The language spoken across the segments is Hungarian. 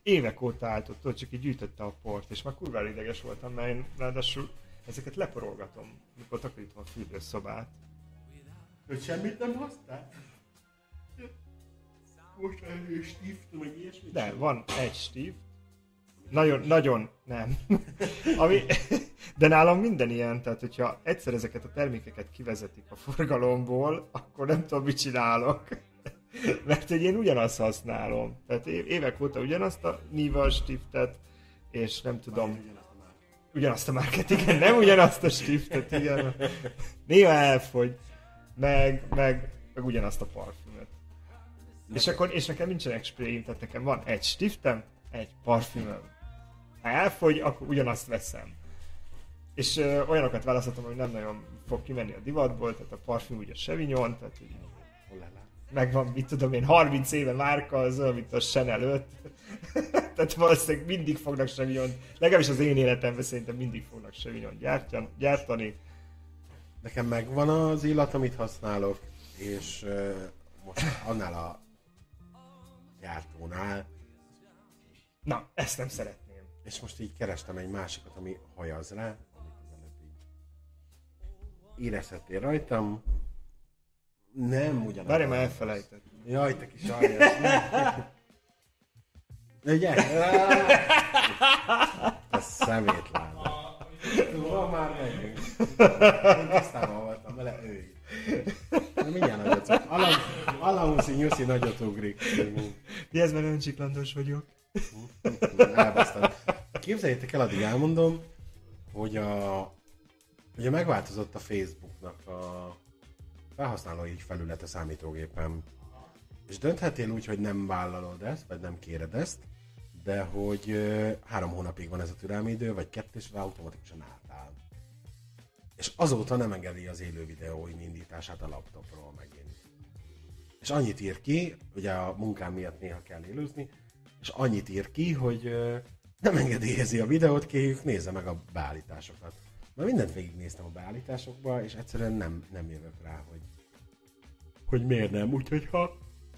évek óta állt ott, csak így gyűjtötte a port, és már kurvára ideges voltam, mert én ráadásul ezeket leporolgatom, mikor takarítom a fürdőszobát. Hogy semmit nem használ? Most elő stift, meg ilyesmit? De, van egy stift. Nagyon nem. De nálam minden ilyen, tehát hogyha egyszer ezeket a termékeket kivezetik a forgalomból, akkor nem tudom, mit csinálok. Mert hogy én ugyanazt használom. Tehát évek óta ugyanazt a Niva stiftet, és nem tudom... Ugyanazt a márkát, igen, nem ugyanazt a stiftet, igen. Néha elfogy. Meg ugyanazt a parfümöt. És nekem nincsenek sprayim, tehát nekem van egy stiftem, egy parfümöm. Ha elfogy, akkor ugyanazt veszem. És olyanokat választhatom, hogy nem nagyon fog kimenni a divatból, tehát a parfüm ugye Chevignon, tehát úgy megvan, mit tudom én, 30 éve márka, az olyan, mint a Chanel 5. Tehát valószínűleg mindig fognak Chevignon, legalábbis az én életemben szerintem mindig fognak Chevignon gyártani. Nekem megvan az illat, amit használok, és most annál a gyártónál. Na, ezt nem szeretném. És most így kerestem egy másikat, ami hajaz rá, amit az előbb így érezhettél rajtam. Nem ugyanaz. Várj, már elfelejtett. Jaj, te kis aljas. Ugye? A szemétláda. Van már megyünk. Én tisztában voltam vele, ő. De mindjárt nagyot szok. Alamuszi nyuszi nagyot ugrik. Mi ez, mert öncsiklandos vagyok. Elbasztam. Képzeljétek el, addig elmondom, hogy ugye megváltozott a Facebooknak a felhasználói felület a számítógépen. És dönthettél úgy, hogy nem vállalod ezt, vagy nem kéred ezt, de hogy 3 hónapig van ez a türelmi idő, vagy 2, és automatikusan átáll. És azóta nem engedi az élő videóim indítását a laptopról megint. És annyit ír ki, ugye a munkám miatt néha kell élőzni, és annyit ír ki, hogy nem engedélyezi a videót, kérjük, nézze meg a beállításokat. Mert mindent végignéztem a beállításokba, és egyszerűen nem jövök rá, hogy miért nem. Úgyhogy ha...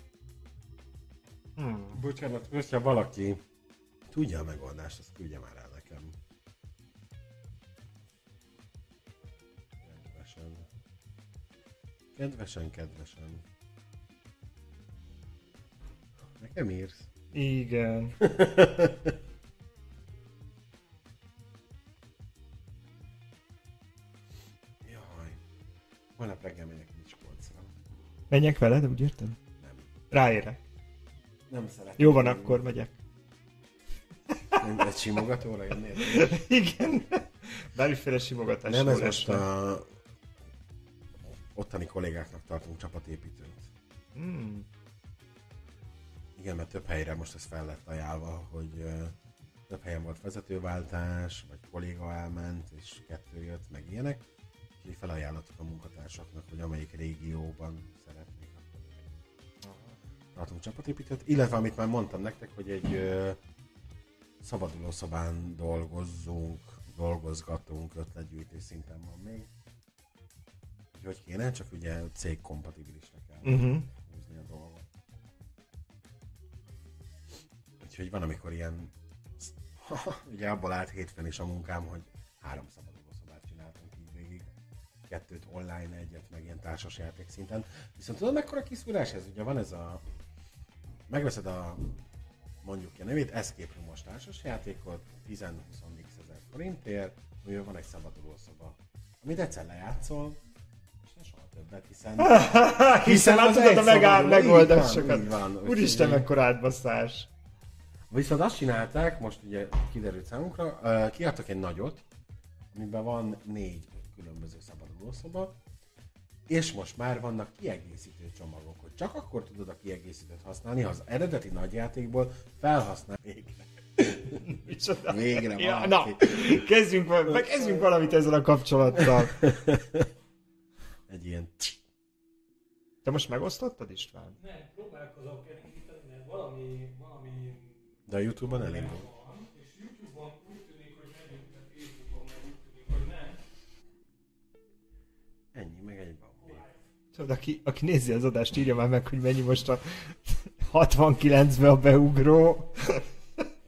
Bocsánat, hogyha valaki tudja a megoldást, azt küldje már el nekem. Kedvesen. Nekem írsz? Igen. Jaj. Holnap reggel megyek Miskolcra. Menjek veled, úgy értem? Nem. Ráérek. Nem szeretem. Jó van, akkor megyek. Egy simogatóra jönnél? Igen. Bármiféle simogatás. Nem, ez most a ottani kollégáknak tartunk csapatépítőt. Igen, mert több helyre most ez fel lett ajánlva, hogy több helyen volt vezetőváltás, vagy kolléga elment, és 2 jött, meg ilyenek. Úgyhogy felajánlottuk a munkatársaknak, hogy amelyik régióban szeretnék, akkor tartunk csapatépítőt. Illetve, amit már mondtam nektek, hogy egy szabadulószobán dolgozgatunk, ötletgyűjtés szinten van még. Hogy kéne, csak ugye cégkompatibilisre kell húzni a dolgot. Úgyhogy van, amikor ilyen, ugye abból állt hétfőn is a munkám, hogy 3 szabadulószobát csináltunk így végig. 2 online, 1 meg ilyen társasjáték szinten. Viszont tudod, mekkora kiszúrás ez? Ugye van ez a... Megveszed a, mondjuk ki a nevét, Escape Room-os társasjátékot 10-20 ezer forintért, amivel van egy szabadulószoba, amit egyszer lejátszol, és ne soha többet, hiszen már tudod a megoldásokat. Úristen, meg mekkora átbaszás. Viszont azt csinálták, most ugye kiderült számunkra, kiadtak egy nagyot, amiben van 4 különböző szabadulószoba, és most már vannak kiegészítő csomagok, hogy csak akkor tudod a kiegészítőt használni, ha az eredeti nagyjátékból felhasznál végre. Végre ja, na, kezdjünk valamit ezzel a kapcsolattal. Egy ilyen... Te most megosztottad, István? Nem, próbálkozok elindítani, mert valami... De a YouTube-on elindul. És YouTube-on úgy tűnik, hogy megyünk, de Facebookon meg úgy tűnik, hogy nem. Ennyi, meg egy van. Tudod, aki nézi az adást, írja már meg, hogy mennyi most a 69-be a beugró.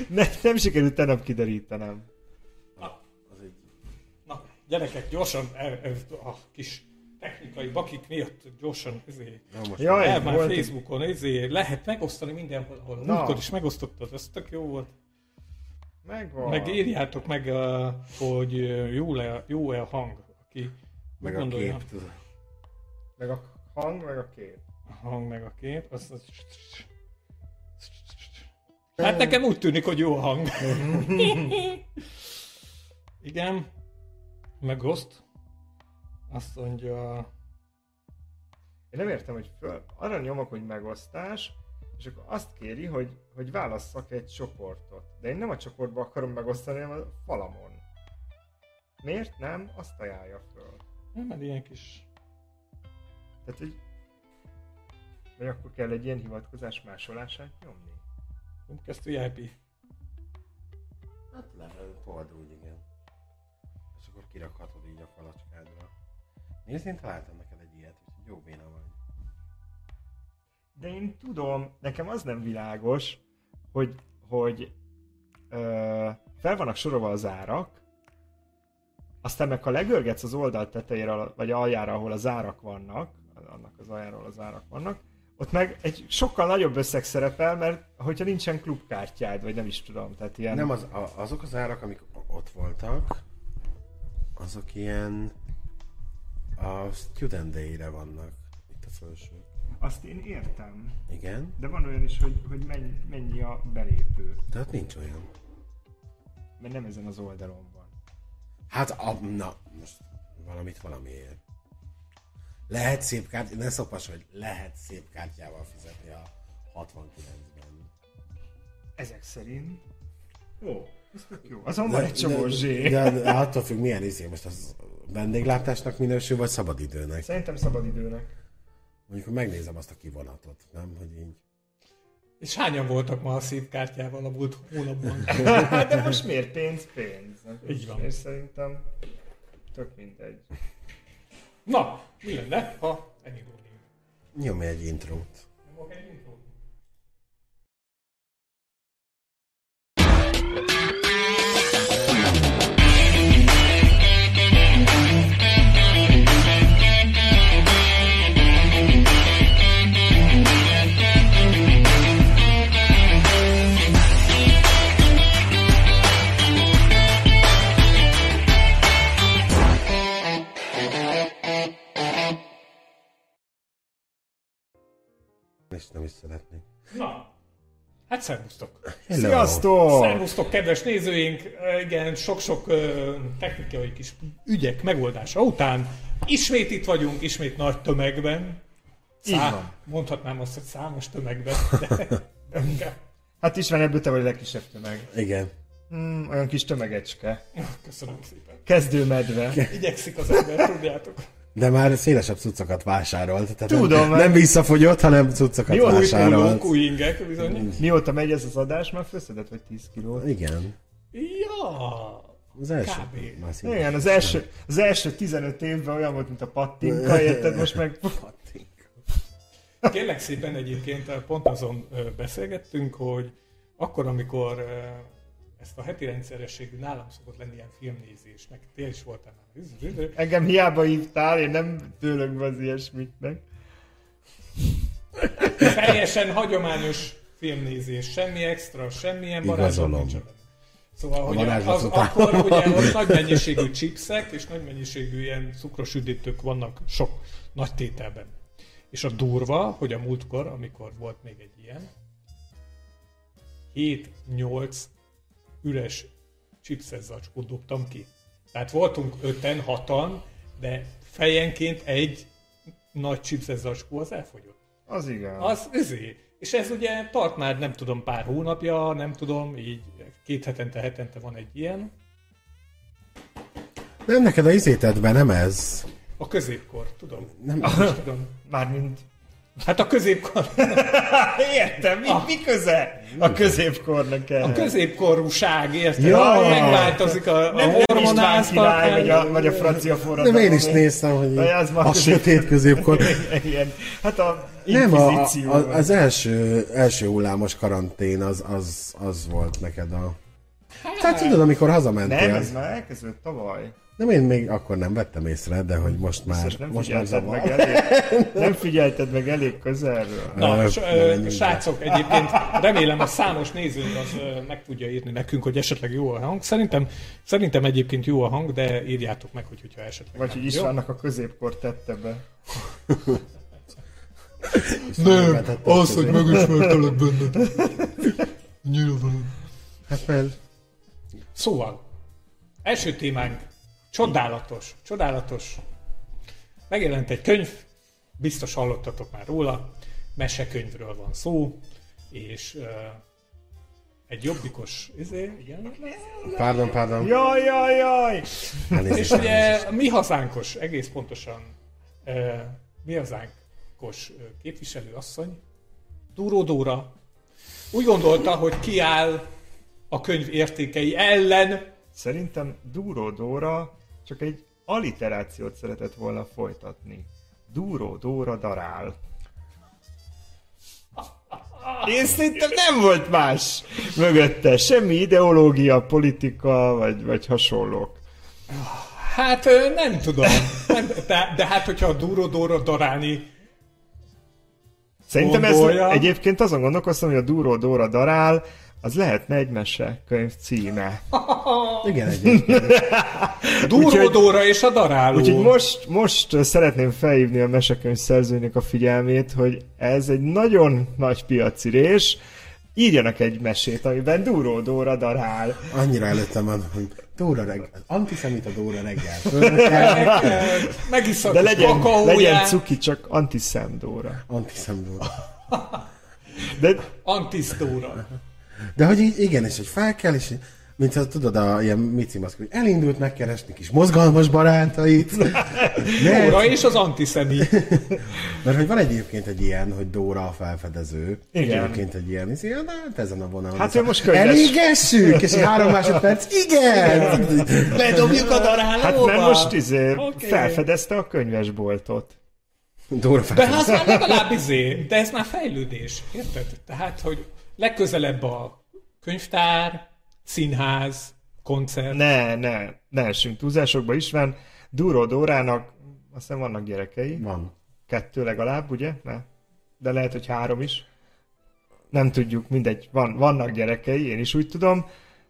Nem sikerült tegnap kiderítenem. Az egy... Na, gyerekek, gyorsan, a kis technikai bakik miatt gyorsan Na, most Jaj, el már volt Facebookon, lehet megosztani mindenhol, ahol Na. múltkor is megosztottad, ez tök jó volt. Megvan. Meg írjátok meg, hogy jó-e a hang, aki meg a gondolja. kép, tudod. Meg a hang, meg a kép. A hang meg a kép, Hát nekem úgy tűnik, hogy jó a hang. Igen. Meg Ghost. Azt mondja... Én nem értem, hogy arra nyomok, hogy megosztás, és akkor azt kéri, hogy válasszak egy csoportot. De én nem a csoportba akarom megosztani, hanem a falamon. Miért nem? Azt ajánlja föl. Nem, mert ilyen kis... Tehát, hogy... Vagy akkor kell egy ilyen hivatkozás másolását nyomni? Nem kezd VIP. Hát told úgy, igen. És akkor kirakhatod így a falacskádra. Nézd, én találtam neked egy ilyet, úgyhogy jó béna vagy. De én tudom, nekem az nem világos, hogy fel vannak sorolva az árak, aztán meg ha legörgetsz az oldal tetejére, vagy aljára, ahol az árak vannak, annak az aljára, ahol az árak vannak, ott meg egy sokkal nagyobb összeg szerepel, mert hogyha nincsen klubkártyád, vagy nem is tudom, tehát ilyen... Nem, azok az árak, amik ott voltak, azok ilyen a Student Day-re vannak. Itt a felső. Azt én értem, Igen, de van olyan is, hogy mennyi a belépő, de ott nincs olyan. mert nem ezen az oldalon van. Hát, na, most valamit valamiért. Lehet szép kártyával, ne szopas, hogy lehet szép kártyával fizetni a 69-ben. Ezek szerint... Ó, ez tök jó. Azon van egy csomó zsé. De attól függ, milyen most az vendéglátásnak minősül, vagy szabadidőnek. Szerintem szabadidőnek. Mondjuk megnézem azt a kivonatot, nem? Hogy így. És hányan voltak ma a szép kártyával a múlt hónapban? Hát de most miért? Pénz. Így van. És szerintem tök mindegy. Na, mi lenne, ha elindulnénk? Nyomj egy intrót. Nyomok egy intrót? És nem is szeretnék. Na, hát szervusztok! Hello. Sziasztok! Szervusztok, kedves nézőink! Igen, sok-sok technikai kis ügyek megoldása után ismét itt vagyunk, ismét nagy tömegben. Így van. Mondhatnám azt, hogy számos tömegben, de Hát István, ebből te vagy a legkisebb tömeg. Igen. Olyan kis tömegecske. köszönöm szépen. Kezdőmedve. Igyekszik az ember, tudjátok. De már szélesebb cuccokat vásárolt. Tehát Tudom, nem visszafogyott, hanem cuccokat Mi volt? vásárolt. Új ingek, bizony. Mióta megy ez az adás, már fölszedett vagy 10 kilót? Igen. Ja, Az első. Kb. Már szinte- Igen, az első 15 évben olyan volt, mint a pattinka, érted? Most meg... kérlek szépen egyébként pont azon beszélgettünk, hogy akkor, amikor ezt a heti rendszerességű nálam szokott lenni ilyen filmnézés, meg te is voltál már. Engem hiába hívtál, én nem tőlök be az ilyesmiknek. Teljesen hagyományos filmnézés, semmi extra, semmilyen varázslat Igazolom. nincs benne. Szóval, hogy varázslat után. akkor ugye ott nagy mennyiségű chipsek és nagy mennyiségű ilyen cukros üdítők vannak sok nagy tételben. És a durva, hogy a múltkor, amikor volt még egy ilyen, 7-8 üres chipses zacskót dobtam ki. Tehát voltunk 5-en, 6-an, de fejenként egy nagy chipses zacskó az elfogyott. Az igen. Az és ez ugye tart már nem tudom pár hónapja, nem tudom, így 2 hetente van egy ilyen. Nem, neked a izétedben nem ez. A középkor, tudom. Nem. Nem is tudom. Mármint Hát a középkor... Értem, mi köze a középkornak erre? A középkorúság, érted? Ja. Megváltozik a Nem István hormonál király, vagy a francia forradalom. Nem, én is néztem, hogy Az már a sötét középkor. Igen. Hát a Nem, inkvizíció. az első hullámos karantén az volt neked a... Tehát tudod, amikor hazamentél. Nem, ez már elkezdődött tavaly. Nem, én még akkor nem vettem észre, de hogy most már Nem most már figyelted zavar. meg elég. Nem figyelted meg elég közelről. Na, menjünk srácok, egyébként remélem a számos nézőnk az meg tudja írni nekünk, hogy esetleg jó a hang. Szerintem egyébként jó a hang, de írjátok meg, hogyha esetleg Vagy nem. hogy Jó? Istvánnak a középkor tette be. Nem, az, hogy megismertelek benned. Nyilván. Hát mert Szóval, első témánk, csodálatos. Megjelent egy könyv, biztos hallottatok már róla, mesekönyvről van szó, és egy jobbikos, igen, Pardon. Jaj! és ugye mi hazánkos, egész pontosan mi hazánkos képviselő asszony, Dúró Dóra úgy gondolta, hogy kiáll a könyv értékei ellen. Szerintem Dúró Dóra csak egy alliterációt szeretett volna folytatni. Dúró Dóra darál. Én szerintem nem volt más mögötte. Semmi ideológia, politika, vagy hasonlók. Hát nem tudom. De hát, hogyha a Dúró Dóra darálni Szerintem gondolja. ez egyébként azon gondolkoztam, hogy a Dúró Dóra darál, az lehetne egy mesekönyv címe. igen, egyébként. Dúró Dóra és a daráló. Úgyhogy most szeretném felhívni a mesekönyv szerzőnek a figyelmét, hogy ez egy nagyon nagy piacirés. Írjanak egy mesét, amiben Dúró Dóra darál. Annyira előttem van, hogy Dóra reggel, antiszemita Dóra reggel. Megiszak De legyen kakaóját. cuki, csak antiszem Dóra. Antiszem Dóra. De Antisztóra. De hogy így, igen, és hogy fel kell, és mint ha tudod, ilyen micimaszk, hogy elindult megkeresni kis mozgalmas barátait. Dóra és az antiszemi. Mert hogy van egyébként egy ilyen, hogy Dóra a felfedező. Igen. Egyébként egy ilyen, és ilyen, hát ezen a vonalon. Hát ő most könyves. Elégessük! És 3 másodperc, igen! Bedobjuk a darálóba. hát mert most Oké. felfedezte a könyvesboltot. Dóra De felfedező. az már legalább de ez már fejlődés, érted? Tehát, hogy legközelebb a könyvtár, színház, koncert. Ne essünk túlzásokba is van. Dúró Dórának, azt hiszem vannak gyerekei. Van. 2 legalább, ugye? De lehet, hogy 3 is. Nem tudjuk, mindegy. Vannak gyerekei, én is úgy tudom.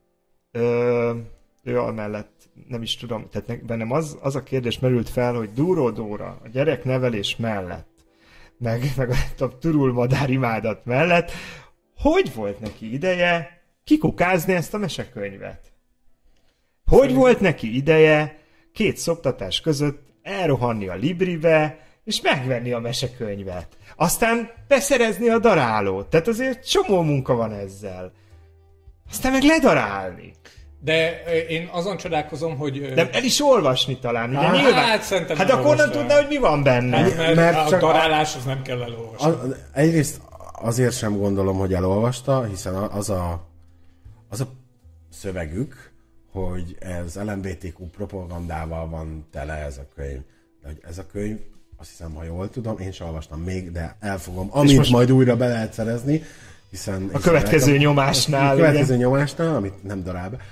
Ő amellett nem is tudom, tehát bennem az a kérdés merült fel, hogy Dúró Dóra a gyereknevelés mellett, meg a turulmadár imádat mellett, hogy volt neki ideje kikukázni ezt a mesekönyvet? Hogy volt neki ideje 2 szoptatás között elrohanni a Libribe, és megvenni a mesekönyvet? Aztán beszerezni a darálót. Tehát azért csomó munka van ezzel. Aztán meg ledarálni. De én azon csodálkozom, hogy... De el is olvasni talán, ugye nyilván. Hát szerintem Hát nem akkor nem olvastam. tudná, hogy mi van benne. Hát, mert Mert a csak darálás az nem kell elolvasni. Egyrészt azért sem gondolom, hogy elolvasta, hiszen az a szövegük, hogy ez LMBTQ propagandával van tele ez a könyv. De hogy ez a könyv, azt hiszem, ha jól tudom, én sem olvastam még, de elfogom, amit most majd újra be lehet szerezni, hiszen... A következő nyomásnál. A következő nyomásnál, amit nem darál be,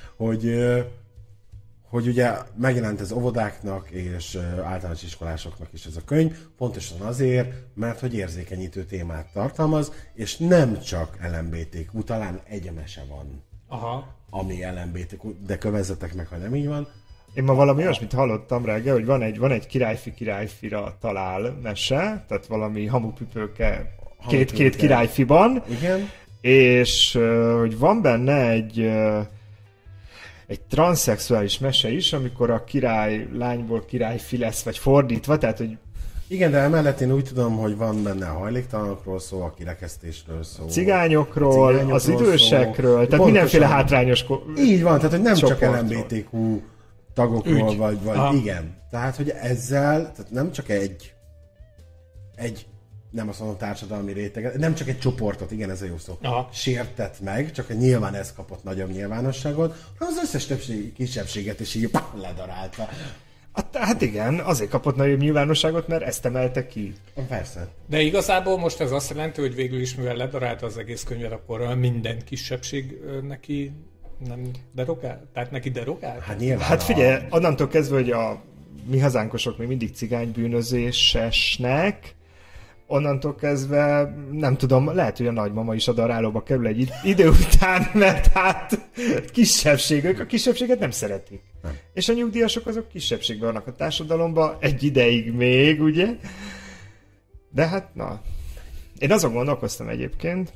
hogy ugye megjelent ez óvodáknak és általános iskolásoknak is ez a könyv, pontosan azért, mert hogy érzékenyítő témát tartalmaz, és nem csak LMBTQ, talán egy mese van, Aha. ami LMBTQ, de kövezzetek meg, ha nem így van. Én ma valami olyasmit hallottam reggel, hogy van egy királyfira talál mese, tehát valami hamupipőke két királyfiban, Igen. és hogy van benne egy transzexuális mese is, amikor a király lányból királyfi lesz, vagy fordítva, tehát hogy Igen, de emellett én úgy tudom, hogy van benne a hajléktalanokról szó, a kirekesztésről szó. cigányokról, az idősekről, tehát Pontosan. mindenféle hátrányos Így van, tehát hogy nem csoportról. csak LMBTQ tagokról, Ügy. vagy Aha. igen. Tehát, hogy ezzel, tehát nem csak egy nem azt mondom társadalmi réteget, nem csak egy csoportot, igen, ez a jó szó, Aha. sértett meg, csak nyilván ez kapott nagyobb nyilvánosságot, hanem az összes kisebbséget is így ledarálta. Hát igen, azért kapott nagyobb nyilvánosságot, mert ezt emelte ki. Persze. De igazából most ez azt jelenti, hogy végül is, mivel ledarálta az egész könyvet, akkor minden kisebbség neki nem derogál? Tehát neki derogál? Hát nyilván. Hát figyelj, onnantól kezdve, hogy a mi hazánkosok még mindig cigánybűnözésesnek, onnantól kezdve, nem tudom, lehet, hogy a nagymama is a darálóba kerül egy idő után, mert hát kisebbségek, a kisebbséget nem szeretik. Nem. És a nyugdíjasok azok kisebbségben vannak a társadalomban, egy ideig még, ugye? De hát, na. Én azon gondolkoztam egyébként,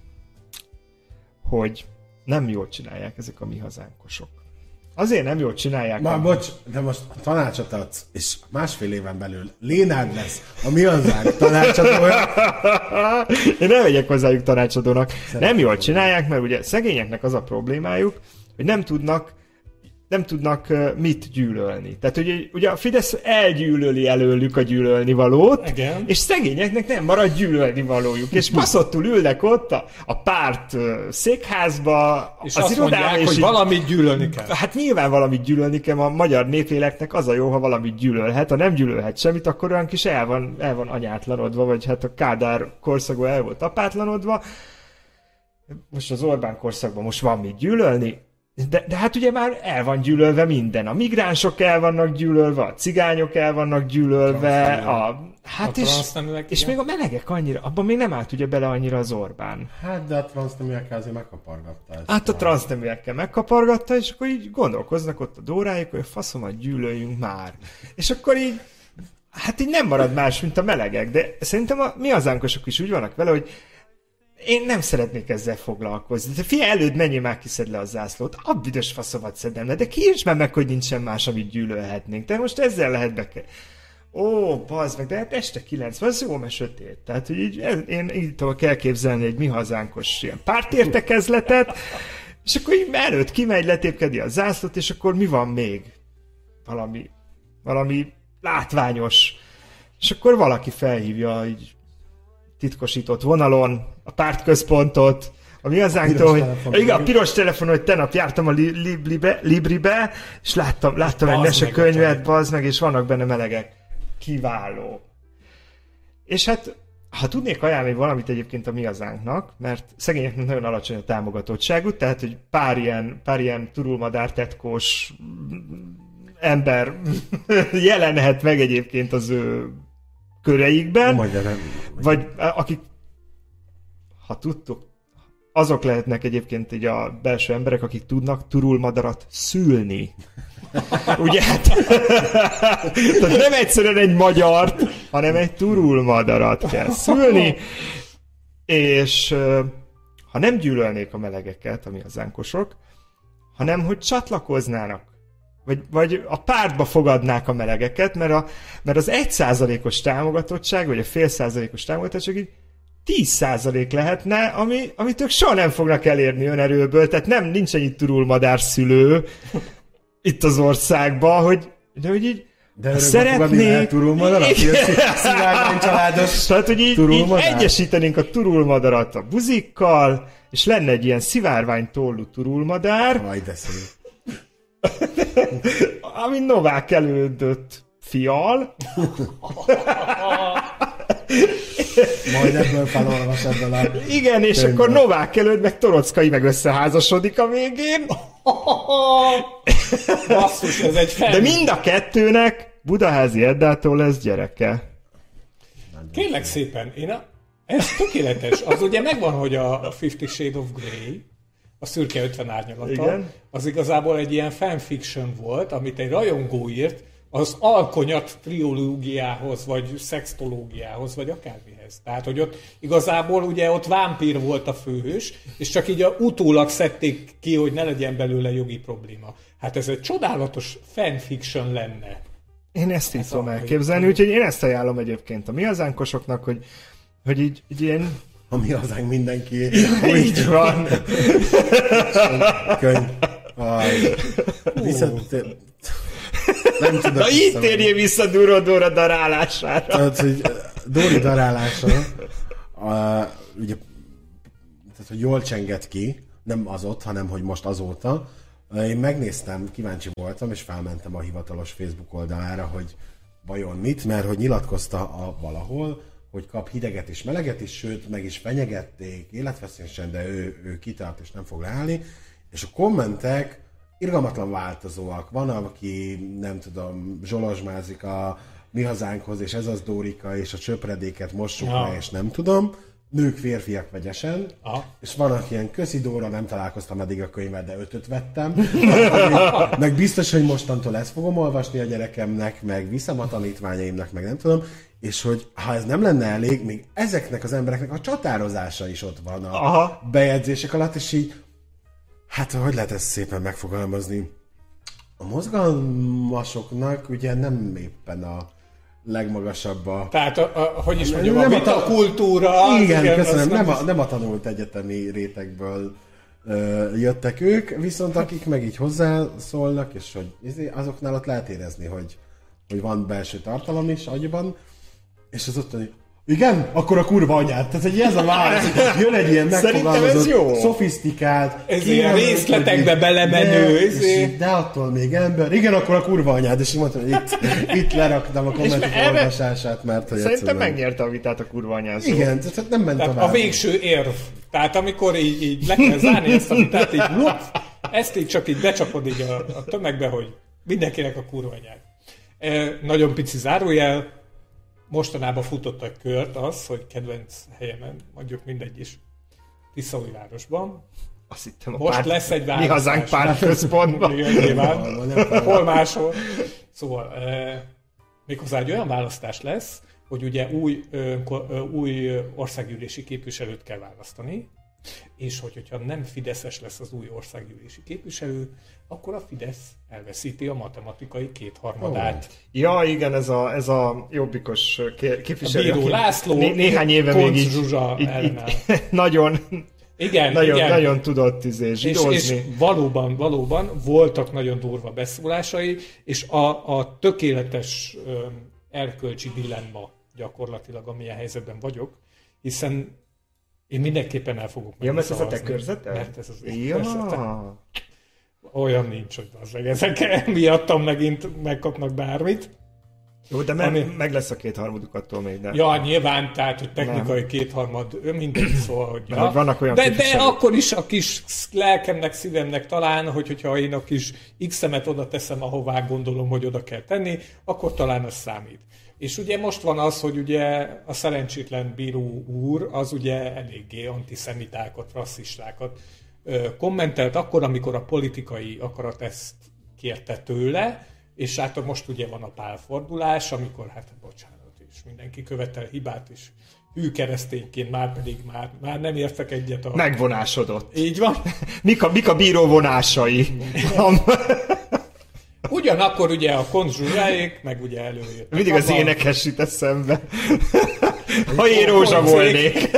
hogy nem jól csinálják ezek a mi hazánkosok. Azért nem jól csinálják. Bocs, de most tanácsot adsz, és másfél éven belül Lénád lesz a mi hazánk tanácsadója. Én nem megyek hozzájuk tanácsadónak. Nem jól csinálják, mert ugye szegényeknek az a problémájuk, hogy nem tudnak mit gyűlölni. Tehát ugye a Fidesz elgyűlöli előlük a gyűlölni valót, igen. És szegényeknek nem marad gyűlölni valójuk. És baszottul ülnek ott a párt székházba, és az azt mondják, hogy valamit gyűlölni kell. Hát nyilván valamit gyűlölni kell, a magyar népéleknek az a jó, ha valamit gyűlölhet. Ha nem gyűlölhet semmit, akkor olyan kis el van anyátlanodva, vagy hát a Kádár korszakban el volt apátlanodva. Most az Orbán korszakban most van mit gyűlölni. De hát ugye már el van gyűlölve minden. A migránsok el vannak gyűlölve, a cigányok el vannak gyűlölve, és még a melegek annyira, abban még nem állt ugye bele annyira az Orbán. Hát de a transzneműekkel azért megkapargatta. Hát a transzneműekkel megkapargatta, és akkor így gondolkoznak ott a Dórájuk, hogy faszomat gyűlöljünk már. És akkor így, hát így nem marad más, mint a melegek, de szerintem a mi hazánkosok is úgy vannak vele, hogy én nem szeretnék ezzel foglalkozni. De figyelj, előtt menjél már, kiszed le a zászlót. A büdös faszomat szedem le, de kiírts már meg, hogy nincsen más, amit gyűlölhetnénk. De most ezzel lehet Ó, bazd meg, de hát este 9 van, ez jó, mert sötét. Tehát, hogy én így kell képzelni egy mi hazánkos ilyen pártértekezletet, és akkor így előtt kimegy, letépkedi a zászlót, és akkor mi van még? Valami látványos. És akkor valaki felhívja így titkosított vonalon a pártközpontot, a mi hazánktól, hogy igen, a piros telefon, hogy tegnap jártam a Libribe, és láttam egy mesekönyvet, bazd meg, és vannak benne melegek. Kiváló. És hát, ha tudnék ajánlani valamit egyébként a mi hazánknak, mert szegényeknek nagyon alacsony a támogatottságuk, tehát, hogy pár ilyen turulmadár tetkós ember jelenhet meg egyébként az ő köreikben, vagy akik, ha tudtok, azok lehetnek egyébként így a belső emberek, akik tudnak turulmadarat szülni. Ugye? Tehát nem egyszerűen egy magyart, hanem egy turulmadarat kell szülni, és ha nem gyűlölnék a melegeket, ami az zánkosok, hanem hogy csatlakoznának, vagy a pártba fogadnák a melegeket, mert az 1%-os támogatottság, vagy a fél százalékos támogatottság így 10% lehetne, amit ők soha nem fognak elérni önerőből, tehát nincs ennyi turulmadár szülő itt az országban, hogy így de szeretnék... turulmadarat? Szivárvány családos tehát, hogy így egyesítenénk a turulmadarat a buzikkal, és lenne egy ilyen szivárvány tollú turulmadár, majd de szép. ami Novák elődött fial. Majd ebből felolvas ebből a... Igen, és könyvben. Akkor Novák előtt meg Torockai meg összeházasodik a végén. Basszus, ez egy fel. De mind a kettőnek Budaházi Eddától lesz gyereke. Kérlek szépen, ez tökéletes. Az ugye megvan, hogy a 50 Shades of Grey, a szürke 50 árnyalata, igen. Az igazából egy ilyen fanfiction volt, amit egy rajongó írt, az alkonyat triológiához, vagy szextológiához, vagy akármihez. Tehát, hogy ott igazából ugye ott vámpír volt a főhős, és csak így utólag szedték ki, hogy ne legyen belőle jogi probléma. Hát ez egy csodálatos fanfiction lenne. Én ezt így tudom elképzelni, úgyhogy én ezt ajánlom egyébként a mi hazánkosoknak, hogy így ilyen... A mi hazánk mindenki. Így van. Könyv. Viszont... Nem tudok. Na így térjél vissza Dóra darálására. Tehát, hogy Dóri darálása, ugye, tehát, hogy jól csengett ki, nem az ott, hanem hogy most azóta. Én megnéztem, kíváncsi voltam, és felmentem a hivatalos Facebook oldalára, hogy vajon mit, mert hogy nyilatkozta valahol, hogy kap hideget és meleget is, sőt, meg is fenyegették életveszélyesen, de ő kitart és nem fog leállni. És a kommentek irgalmatlan változóak. Van, aki, nem tudom, zsolozsmázik a Mi Hazánkhoz, és ez az Dórika, és a csöpredéket mossuk le, és nem tudom. Nők, férfiak vegyesen. És van, aki ilyen köszi Dóra, nem találkoztam eddig a könyvvel, de 5-öt vettem. Meg biztos, hogy mostantól ezt fogom olvasni a gyerekemnek, meg viszem a tanítványaimnak, meg nem tudom. És hogy ha ez nem lenne elég, még ezeknek az embereknek a csatározása is ott van a bejegyzések alatt, és így, hát hogy lehet ezt szépen megfogalmazni? A mozgalmasoknak ugye nem éppen a legmagasabb a... Tehát, hogy is mondjam, a vitakultúra... Igen, köszönöm, nem a tanult egyetemi rétegből jöttek ők, viszont akik meg így hozzászólnak, és hogy azoknál ott lehet érezni, hogy van belső tartalom is agyban, és az ott, hogy igen? Akkor a kurva anyád. Tehát, hogy ez a válasz, jön egy ilyen megfogalmazott, szofisztikált, ez ilyen részletekbe belemenő. De attól még ember. Igen, akkor a kurva anyád. És így mondtam, hogy itt leraktam a kommentek olvasását, mert hogy szerintem megnyerte a vitát a kurva anyád. Igen, tehát nem ment tovább. A végső érv. Tehát amikor így le kell zárni ezt a vitát, így ezt így csak így becsapod így a tömegbe, hogy mindenkinek a kurva anyád. Nagyon pici zárójel. Mostanában futott egy kört az, hogy kedvenc helyemen, mondjuk mindegy is, Tiszaújvárosban. Azt hittem most lesz egy választás. Mi Hazánk pártközpontban. Hol máshol. Szóval méghozzá egy olyan választás lesz, hogy ugye új országgyűlési képviselőt kell választani, és hogyha nem fideszes lesz az új országgyűlési képviselő, akkor a Fidesz elveszíti a matematikai kétharmadát. Ja, igen, ez a jobbikos képviselő. A Bíró László, néhány éve még így nagyon... Igen, nagyon tudott zsidózni. És valóban voltak nagyon durva beszólásai, és a tökéletes erkölcsi dilemma gyakorlatilag, amilyen helyzetben vagyok, hiszen én mindenképpen el fogok menni. Ja, mert ez a te körzeted? Mert ez az én körzetem. Olyan nincs, hogy ezek miattam megint megkapnak bármit. Jó, de meg lesz a kétharmaduk attól még, de... Ja, nyilván, tehát, hogy technikai kétharmad, mindegy, szóval, hogy... Ja. Vannak olyan de akkor is a kis lelkemnek, szívemnek talán, hogyha én a kis X-emet oda teszem, ahová gondolom, hogy oda kell tenni, akkor talán az számít. És ugye most van az, hogy ugye a szerencsétlen bíró úr, az ugye eléggé antiszemitákat, rasszistákat kommentelt akkor, amikor a politikai akarat ezt kérte tőle, és hát most ugye van a pálfordulás, amikor hát bocsánat, és mindenki követel hibát, és hű keresztényként már pedig már nem értek egyet a... Megvonásodott. Így van. Mik a bíró vonásai? Ugyanakkor ugye a konzsuzsáék, meg ugye előjött. Mindig az énekes jut eszembe. Ha én rózsa volnék.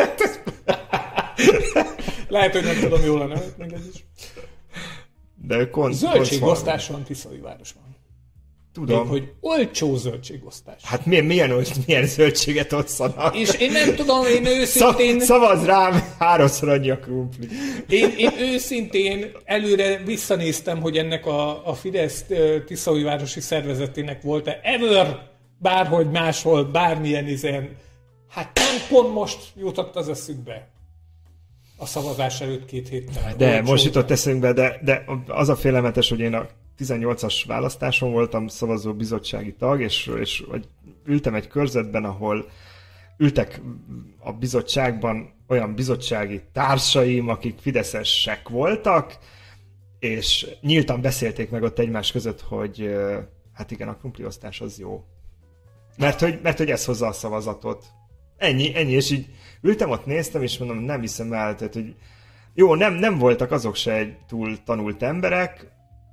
Lehet, hogy nem tudom jól a nevet, mindegy is. De zöldségosztás van Tiszaújvárosban. Tudom. Még, hogy olcsó zöldségosztás. Hát milyen zöldséget osszanak? És én nem tudom, én őszintén... Szavazz rám, 3-szor annyi a krumpli. Én őszintén előre visszanéztem, hogy ennek a Fidesz Tiszaújvárosi szervezetének volt-e ever bárhogy máshol, bármilyen izen. Hát nem pont most jutott az eszükbe. A szavazás előtt 2 héttel. De most jutott eszünkbe, de az a félelmetes, hogy én a 18-as választáson voltam szavazó bizottsági tag, és ültem egy körzetben, ahol ültek a bizottságban olyan bizottsági társaim, akik fideszesek voltak, és nyíltan beszélték meg ott egymás között, hogy hát igen, a krumpliosztás az jó. Mert hogy ez hozza a szavazatot. Ennyi, és így ültem ott, néztem, és mondom, nem hiszem el, tehát, hogy jó, nem voltak azok se egy túl tanult emberek.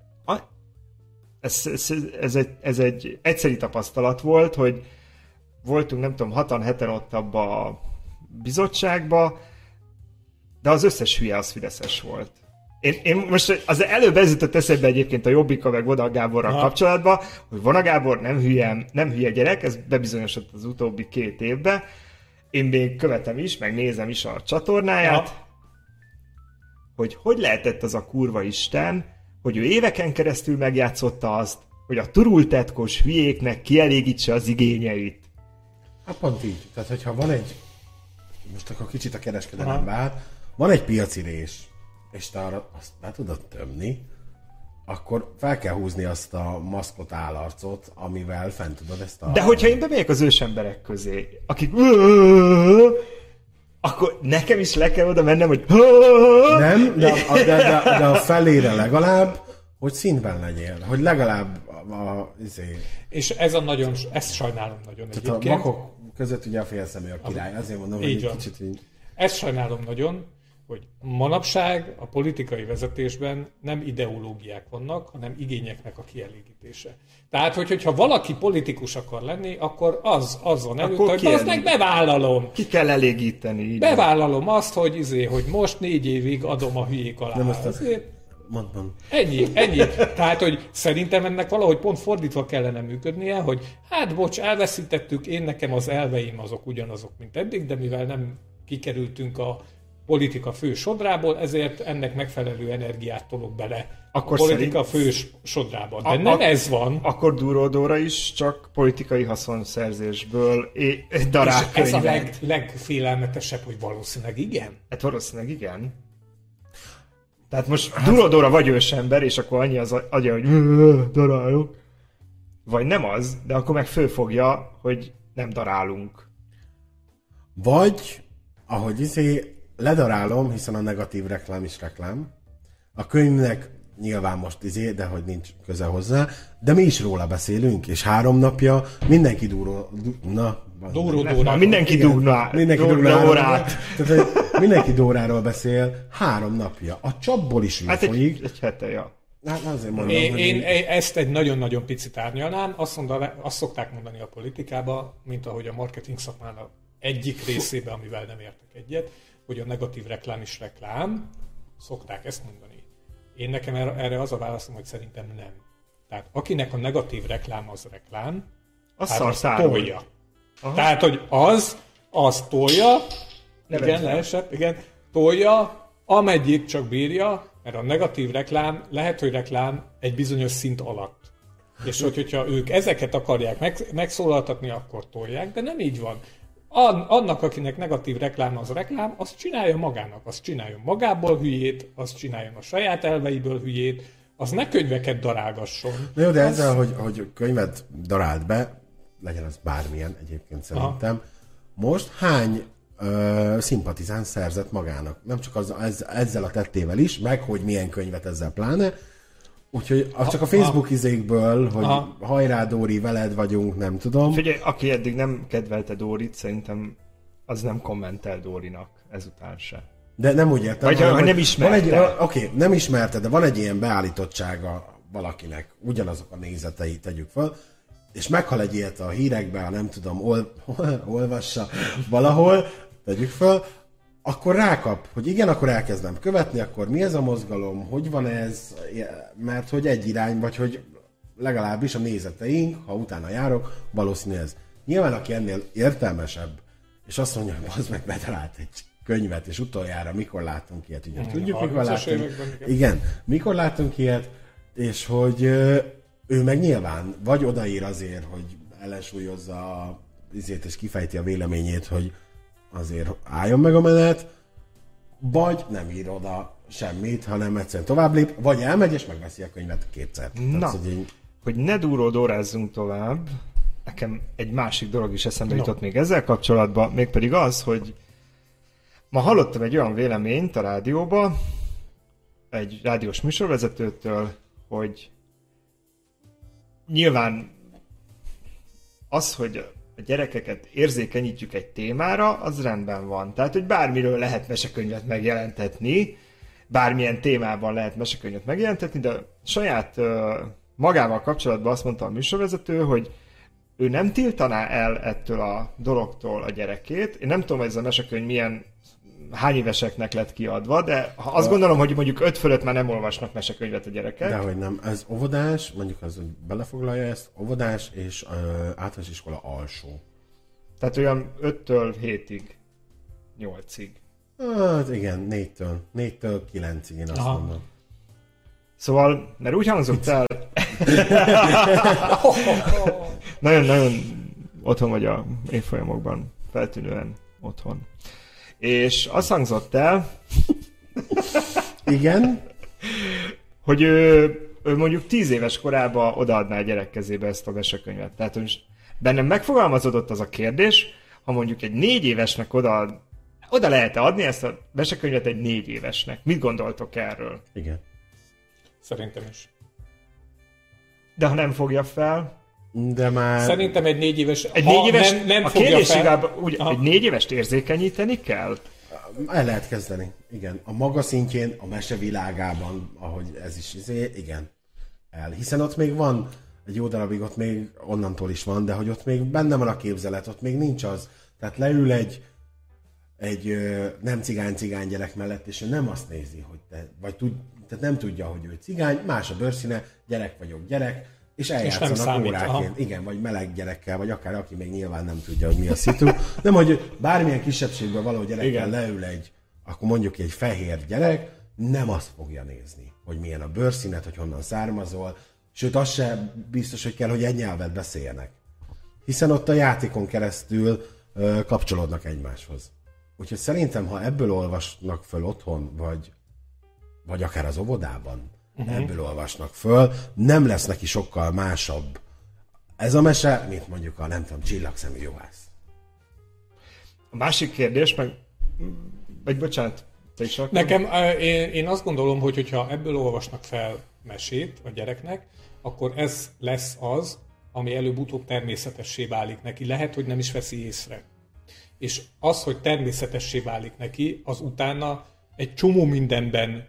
Ez egy egyszeri tapasztalat volt, hogy voltunk, nem tudom, 6-7 ott abba a bizottságba, de az összes hülye az fideszes volt. Én most az előbb ez jutott eszembe egyébként a Jobbika meg Vonag Gáborral kapcsolatban, hogy Vonag Gábor nem hülye gyerek, ez bebizonyosodott az utóbbi 2 évben. Én még követem is, meg nézem is a csatornáját, hogy lehetett az a kurva Isten, hogy ő éveken keresztül megjátszotta azt, hogy a turultetkos hülyéknek kielégítse az igényeit. Hát pont így. Tehát, hogyha van egy, most akkor kicsit a kereskedelembe át, van egy piaci rés, és te arra azt be tudod tömni, akkor fel kell húzni azt a maszkot állarcot, amivel fent tudod ezt a... De hogyha én bemegyek az ősemberek közé, akik... Akkor nekem is le kell oda mennem, hogy... Nem, de a felére legalább, hogy színben legyél. Hogy legalább És ezt sajnálom nagyon tehát egyébként. a vakok között ugye a félszemű a király. Azért mondom, hogy egy kicsit így... Ezt sajnálom nagyon, hogy manapság a politikai vezetésben nem ideológiák vannak, hanem igényeknek a kielégítése. Tehát, hogyha valaki politikus akar lenni, akkor az van előtt, hogy azt meg bevállalom. Ki kell elégíteni. Így bevállalom azt, hogy most 4 évig adom a hülyék alá. Nem mondom. Ennyi. Tehát, hogy szerintem ennek valahogy pont fordítva kellene működnie, hogy hát bocs, elveszítettük, nekem az elveim azok ugyanazok, mint eddig, de mivel nem kikerültünk a politika fő sodrából, ezért ennek megfelelő energiát tolok bele akkor a politika fő sodrába. De nem ez van. Akkor Duró Dóra is csak politikai haszonszerzésből darál könyvet. Ez a legfélelmetesebb, hogy valószínűleg igen? Hát valószínűleg igen. Tehát most Duró Dóra vagy ősember, és akkor annyi az agya, hogy darálok. Vagy nem az, de akkor meg fölfogja, hogy nem darálunk. Vagy, ahogy ledarálom, hiszen a negatív reklám is reklám. A könyvnek nyilván most de hogy nincs köze hozzá, de mi is róla beszélünk, és 3 napja mindenki mindenki Dóráról beszél 3 napja. A csapból is folyik. Egy hete, ja. Hát azért mondom, én ezt egy nagyon-nagyon picit árnyalnám. Azt szokták mondani a politikában, mint ahogy a marketing szakmának egyik részében, amivel nem értek egyet, hogy a negatív reklám is reklám. Szokták ezt mondani. Én nekem erre az a válaszom, hogy szerintem nem. Tehát akinek a negatív reklám az reklám, az tolja. Aha. Tehát, hogy az tolja, igen, tolja, ameddig csak bírja, mert a negatív reklám lehet, hogy reklám egy bizonyos szint alatt. És hogyha ők ezeket akarják megszólaltatni, akkor tolják, de nem így van. Annak, akinek negatív reklám az reklám, azt csinálja magának, azt csináljon magából hülyét, azt csináljon a saját elveiből hülyét, az ne könyveket darálgasson. Na jó, de ezzel, hogy könyvet darált be, legyen az bármilyen egyébként szerintem, most hány szimpatizáns szerzett magának? Nem csak ezzel a tettével is, meg hogy milyen könyvet ezzel pláne, úgyhogy csak a Facebook izékből, hogy hajrá Dóri, veled vagyunk, nem tudom. Figyelj, aki eddig nem kedvelte Dórit, szerintem az nem kommentel Dórinak ezután se. De nem úgy értem. Vagy ha nem ismerte. Oké, nem ismerte, de van egy ilyen beállítottsága valakinek, ugyanazok a nézetei, tegyük fel, és meghal egy ilyet a hírekben, ha nem tudom, olvassa valahol, tegyük fel, akkor rákap, hogy igen, akkor elkezdem követni, akkor mi ez a mozgalom, hogy van ez, mert hogy egy irány, vagy hogy legalábbis a nézeteink, ha utána járok, valószínű ez. Nyilván, aki ennél értelmesebb, és azt mondja, hogy az meg bedarált egy könyvet, és utoljára mikor láttunk ilyet, ugye tudjuk, mikor láttunk. Igen, mikor láttunk ilyet, és hogy ő meg nyilván vagy odaír azért, hogy ellensúlyozza a izét, és kifejti a véleményét, hogy azért álljon meg a menet, vagy nem ír oda semmit, hanem egyszerűen tovább lép, vagy elmegy, és megveszi a könyvet 2-szer. Na, hogy ne Duró Dórázzunk tovább, nekem egy másik dolog is eszembe jutott még ezzel kapcsolatban, mégpedig az, hogy ma hallottam egy olyan véleményt a rádióban, egy rádiós műsorvezetőtől, hogy nyilván az, hogy a gyerekeket érzékenyítjük egy témára, az rendben van. Tehát, hogy bármiről lehet mesekönyvet megjelentetni, bármilyen témában lehet mesekönyvet megjelentetni, de saját magával kapcsolatban azt mondta a műsorvezető, hogy ő nem tiltaná el ettől a dologtól a gyerekét. Én nem tudom, hogy ez a mesekönyv milyen hány éveseknek lett kiadva, de azt gondolom, hogy mondjuk 5 fölött már nem olvasnak mesekönyvet a gyerekek. Dehogy nem. Ez óvodás, mondjuk az belefoglalja ezt, óvodás és általános iskola alsó. Tehát olyan 5-től 7-ig, 8-ig. Hát igen, 4-től 9-ig én azt mondom. Szóval, mert úgy hangzott el... Nagyon-nagyon otthon vagy a évfolyamokban, feltűnően otthon. És azt hangzott el... Igen? Hogy ő mondjuk 10 éves korában odaadná a gyerek kezébe ezt a mesekönyvet. Tehát hogy bennem megfogalmazódott az a kérdés, ha mondjuk egy 4 évesnek oda lehet-e adni ezt a mesekönyvet egy 4 évesnek? Mit gondoltok erről? Igen. Szerintem is. De ha nem fogja fel? De már... Szerintem egy 4 éves... Egy 4 éves nem a fogja fel... egy 4 évest érzékenyíteni kell? El lehet kezdeni, igen. A maga szintjén, a mesevilágában, ahogy ez is, igen. Hiszen ott még van, egy jó darabig ott még onnantól is van, de hogy ott még benne van a képzelet, ott még nincs az. Tehát leül egy nem cigány gyerek mellett, és ő nem azt nézi, hogy tehát nem tudja, hogy ő cigány, más a bőrszíne, gyerek, és eljátszanak óráként. Igen, vagy meleg gyerekkel, vagy akár aki még nyilván nem tudja, hogy mi a szitu. Nem, hogy bármilyen kisebbségből való gyerekkel leül akkor mondjuk egy fehér gyerek, nem azt fogja nézni, hogy milyen a bőrszínet, hogy honnan származol, sőt, az se biztos, hogy kell, hogy egy nyelvet beszéljenek. Hiszen ott a játékon keresztül kapcsolódnak egymáshoz. Úgyhogy szerintem, ha ebből olvasnak föl otthon, vagy akár az óvodában, ebből olvasnak föl, nem lesz neki sokkal másabb ez a mese, mint mondjuk a, nem tudom, Csillagszemű juhász. A másik kérdés, vagy bocsánat, te is akkor? Nekem, én azt gondolom, hogy hogyha ebből olvasnak fel mesét a gyereknek, akkor ez lesz az, ami előbb-utóbb természetessé válik neki. Lehet, hogy nem is veszi észre. És az, hogy természetessé válik neki, az utána egy csomó mindenben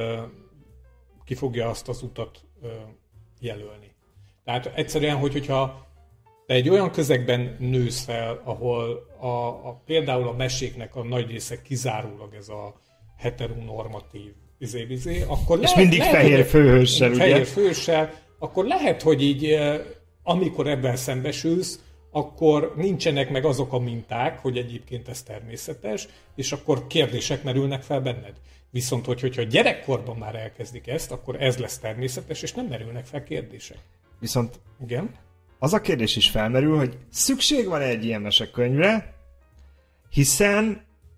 ki fogja azt az utat jelölni. Tehát egyszerűen, hogyha te egy olyan közegben nősz fel, ahol például a meséknek a nagy része kizárólag ez a heteronormatív akkor és mindig fehér főhőssel, ugye? Fehér főhőssel, akkor lehet, hogy így, amikor ebben szembesülsz, akkor nincsenek meg azok a minták, hogy egyébként ez természetes, és akkor kérdések merülnek fel benned. Viszont, hogyha gyerekkorban már elkezdik ezt, akkor ez lesz természetes, és nem merülnek fel kérdések. Viszont igen? Az a kérdés is felmerül, hogy szükség van egy ilyen mesekönyvre, hiszen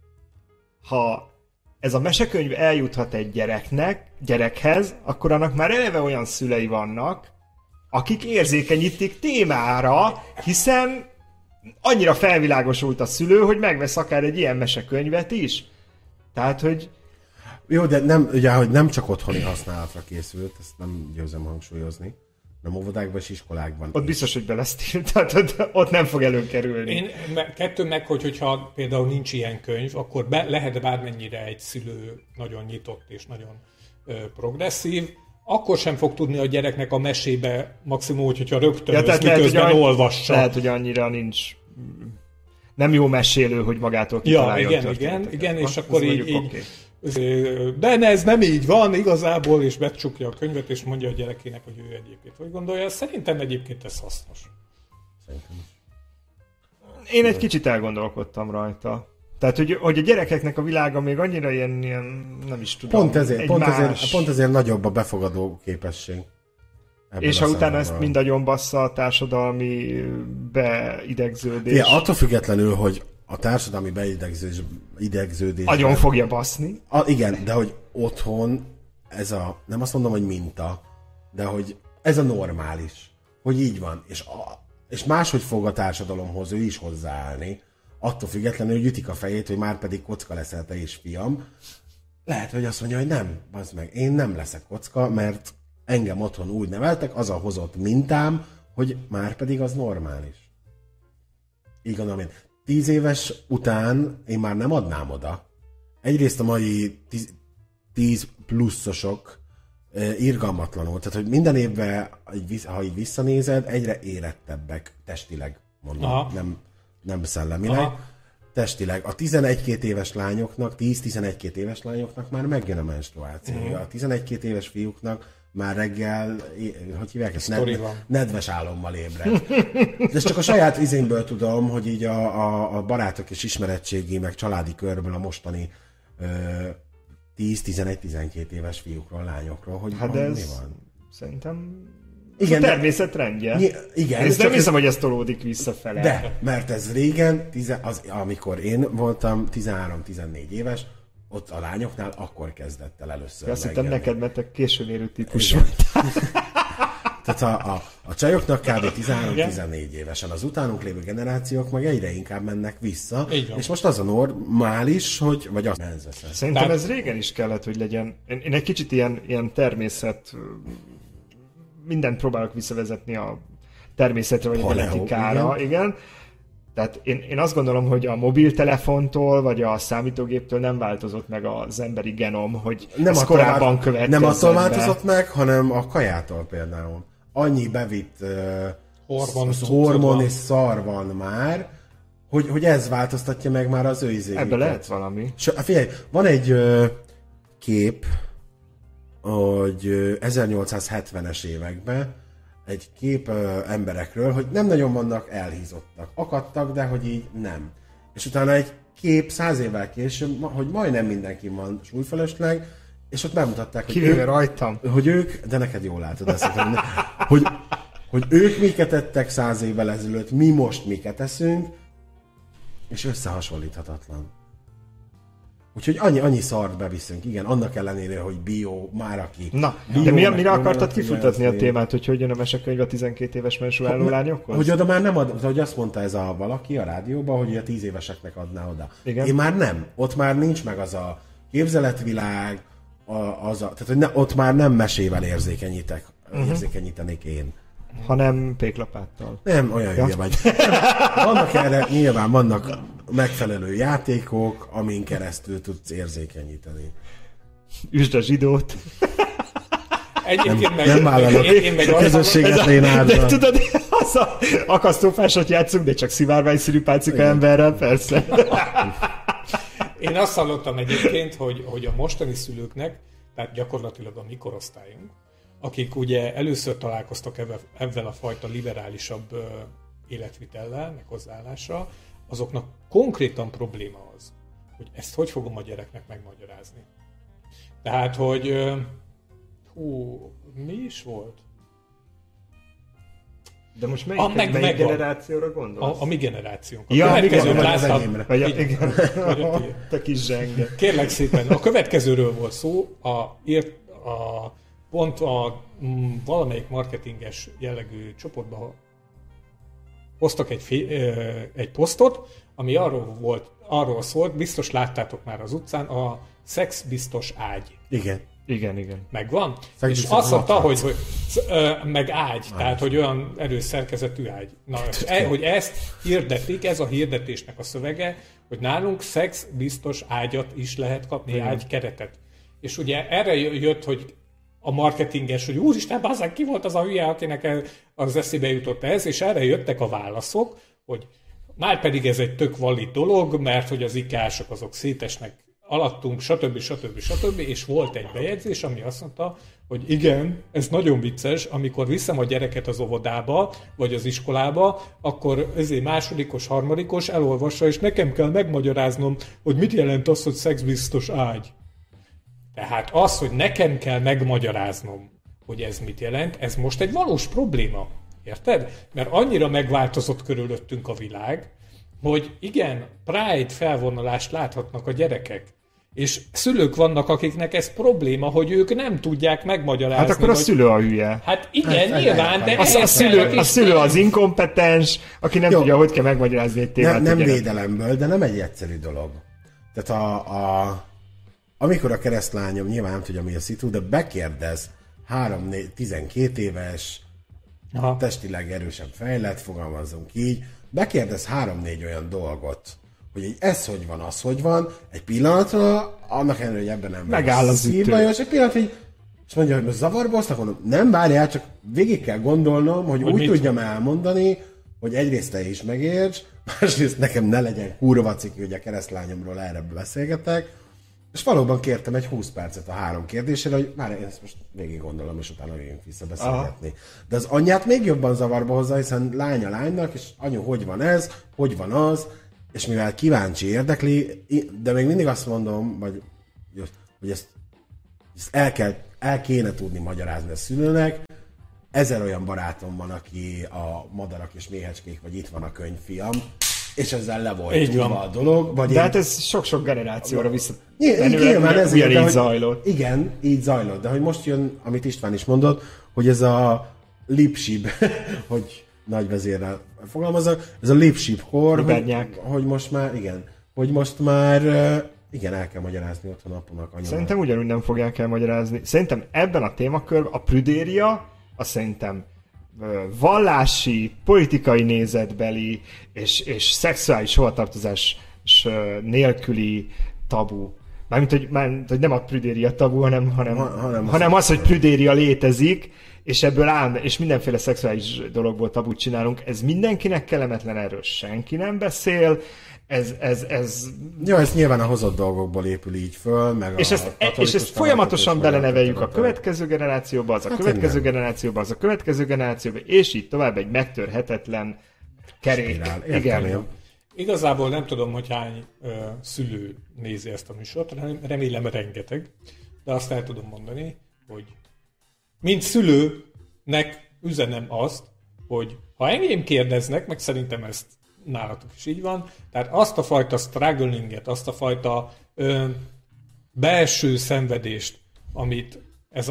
ha ez a mesekönyv eljuthat egy gyerekhez, akkor annak már eleve olyan szülei vannak, akik érzékenyítik témára, hiszen annyira felvilágosult a szülő, hogy megvesz akár egy ilyen mesekönyvet is. Tehát, hogy... Jó, de nem, ugye, hogy nem csak otthoni használatra készült, ezt nem győzem hangsúlyozni, hanem óvodákban és iskolákban. Ott biztos, hogy belesztírt, tehát ott nem fog előkerülni. Kettő meg, hogyha például nincs ilyen könyv, akkor lehet bármennyire egy szülő nagyon nyitott és nagyon progresszív, akkor sem fog tudni a gyereknek a mesébe maximum, hogyha rögtön miközben olvassa. Lehet, hogy annyira nincs... Nem jó mesélő, hogy magától kitalálja igen, és akkor így de ez nem így van igazából, és becsukja a könyvet, és mondja a gyerekének, hogy ő egyébként hogy gondolja. Szerintem egyébként ez hasznos. Szerintem is. Én egy kicsit elgondolkodtam rajta. Tehát, hogy a gyerekeknek a világa még annyira ilyen nem is tudom. Pont ezért nagyobb a befogadó képesség. És ha utána ezt mind agyon bassza a társadalmi beidegződés. Igen, attól függetlenül, hogy a társadalmi beidegződés... Agyon fogja baszni. Igen, de hogy otthon ez nem azt mondom, hogy minta, de hogy ez a normális. Hogy így van. És máshogy fog a társadalomhoz ő is hozzáállni. Attól függetlenül, hogy ütik a fejét, hogy már pedig kocka leszel te is, fiam. Lehet, hogy azt mondja, hogy nem, bazd meg, én nem leszek kocka, mert engem otthon úgy neveltek, az a hozott mintám, hogy már pedig az normális. Így gondolom én. 10 éves után én már nem adnám oda. Egyrészt a mai 10 pluszosok irgalmatlanul. Tehát, hogy minden évben, ha így visszanézed, egyre érettebbek testileg, mondom, nem szellemileg. testileg. A 11-2 éves lányoknak, 10-11-2 éves lányoknak már megjön a menstruációja. A 11-2 éves fiúknak már reggel, hogy hívják ezt? Nedves álommal ébred. De ezt csak a saját izénből tudom, hogy így a barátok és ismeretségi, meg családi körből a mostani 10-11-12 éves fiúkról, lányokról, hogy hát ez mi van? Szerintem igen, a természetrendje. Igen. Én nem hiszem, hogy ez tolódik visszafele. De, mert ez régen, amikor én voltam 13-14 éves, ott a lányoknál akkor kezdett el először. Azt hittem neked, mert te későn érő típus vagy. voltál. Tehát a csajoknak kb. 13-14 évesen, az utánunk lévő generációk meg egyre inkább mennek vissza, és most az a normális, hogy vagy az menzeszes. Szerintem ez régen is kellett, hogy legyen. Én egy kicsit ilyen természet, mindent próbálok visszavezetni a természetre, vagy a genetikára, igen. Tehát én azt gondolom, hogy a mobiltelefontól, vagy a számítógéptől nem változott meg az emberi genom, hogy nem ez korábban következett. Nem attól változott meg, hanem a kajától például. Annyi bevitt hormon és szar van már, hogy ez változtatja meg már az ő izéket. Ebben lehet valami. Figyelj, van egy kép, hogy 1870-es években egy kép emberekről, hogy nem nagyon vannak elhízottak. Akadtak, de hogy így nem. És utána egy kép 100 évvel később, hogy majdnem mindenki van súlyfölösleg, és ott bemutatták, hogy ők, de neked jól látod ezt, hogy ők miket ettek 100 évvel ezelőtt, mi most miket eszünk, és összehasonlíthatatlan. Úgyhogy annyi szart beviszünk, igen, annak ellenére, hogy bio, már aki... Na, de mire akartad kifutatni a témát, hogy jön a mesekönyv a 12 éves menstruáló lányokhoz? Hogy oda már nem ad, hogy azt mondta ez a valaki a rádióban, hogy a 10 éveseknek adná oda. Igen? Én már nem. Ott már nincs meg az a képzeletvilág, tehát hogy ott már nem mesével érzékenyítenék én. Hanem péklapáttal. Nem, olyan hülye vagy. Vannak erre, nyilván vannak megfelelő játékok, amin keresztül tudsz érzékenyíteni. Üsd a zsidót. Nem vállalok közösséget lénádra. De tudod, az a akasztófásot játszunk, de csak szivárványszínű pálcika emberrel, persze. Én azt hallottam egyébként, hogy a mostani szülőknek, tehát gyakorlatilag a mi korosztályunk, akik ugye először találkoztak ebben a fajta liberálisabb életvitellel, meg hozzáállással, azoknak konkrétan probléma az, hogy ezt hogy fogom a gyereknek megmagyarázni. Tehát, hogy mi is volt? De most melyik generációra gondolsz? A mi generációnk. A következőt láttam. Te kis zsenge. Kérlek szépen, a következőről volt szó, pont a valamelyik marketinges jellegű csoportba hoztak egy posztot, ami arról szólt, biztos láttátok már az utcán, a szexbiztos ágy. Igen. Megvan? És azt mondta, hogy meg ágy, tehát hogy olyan erős szerkezetű ágy. Na, hogy ezt hirdetik, ez a hirdetésnek a szövege, hogy nálunk szexbiztos ágyat is lehet kapni, ágykeretet. És ugye erre jött, hogy a marketinges, hogy úristen, bazzák, ki volt az a hülye, akinek az eszébe jutott ez, és erre jöttek a válaszok, hogy már pedig ez egy tök valid dolog, mert hogy az IKEA-sok azok szétesnek alattunk, stb. És volt egy bejegyzés, ami azt mondta, hogy igen, ez nagyon vicces, amikor viszem a gyereket az óvodába, vagy az iskolába, akkor ezért másodikos, harmadikos elolvassa, és nekem kell megmagyaráznom, hogy mit jelent az, hogy szexbiztos ágy. Tehát az, hogy nekem kell megmagyaráznom, hogy ez mit jelent, ez most egy valós probléma. Érted? Mert annyira megváltozott körülöttünk a világ, hogy igen, Pride felvonulást láthatnak a gyerekek. És szülők vannak, akiknek ez probléma, hogy ők nem tudják megmagyarázni. Hát akkor a szülő a hülye. Hát igen, nyilván, de a szülő az inkompetens, aki nem tudja, hogy kell megmagyarázni egy témát. Nem védelemből, de nem egy egyszerű dolog. Tehát amikor a keresztlányom, nyilván nem tudja, mi a szitu, de bekérdez 12 éves, testileg erősebb fejlett, fogalmazzunk így, bekérdez 3-4 olyan dolgot, hogy ez hogy van, az hogy van, egy pillanatra, annak ellenére, hogy ebben nem megáll az szívbajos, és egy pillanat, hogy és mondja, hogy most zavarba hoztak, mondom, nem, várjál, csak végig kell gondolnom, hogy úgy tudjam elmondani, hogy egyrészt te is megérts, másrészt nekem ne legyen kurva cikk, hogy a keresztlányomról erre beszélgetek, és valóban kértem egy 20 percet a 3 kérdésére, hogy már én ezt most végig gondolom, és utána végig visszabeszélgetni. De az anyját még jobban zavarba hozza, hiszen lány a lánynak, és anyu, hogy van ez, hogy van az, és mivel kíváncsi, érdekli, de még mindig azt mondom, hogy ezt el kéne tudni magyarázni a szülőnek. 1000 olyan barátom van, aki a Madarak és Méhecskék, vagy Itt van a könyv, fiam, és ezzel le volt túlva a dolog. Vagy de hát ez sok-sok generációra nyilván ez így zajlott. Igen, így zajlott. De hogy most jön, amit István is mondott, hogy ez a lipsib, hogy nagyvezérrel fogalmazok, ez a lipsib kor, hogy most már, igen, el kell magyarázni otthon apunak, anyunak. Szerintem ugyanúgy nem fogják elmagyarázni. Szerintem ebben a témakörben a prüdéria, azt szerintem vallási, politikai nézetbeli és szexuális hovatartozás nélküli tabu. Mármint, hogy nem a prüdéria tabu, hanem az, hogy prüdéria létezik, és ebből és mindenféle szexuális dologból tabut csinálunk. Ez mindenkinek kellemetlen, erről senki nem beszél. Ja, ez nyilván a hozott dolgokból épül így föl, meg és ezt folyamatosan beleneveljük a következő generációba, az a következő generációba, az a következő generációba, és így tovább egy megtörhetetlen kerék. Igen. Igazából nem tudom, hogy hány szülő nézi ezt a műsort, remélem rengeteg, de azt el tudom mondani, hogy mint szülőnek üzenem azt, hogy ha engem kérdeznek, meg szerintem ezt nálatok is így van, tehát azt a fajta strugglinget, azt a fajta belső szenvedést, amit ez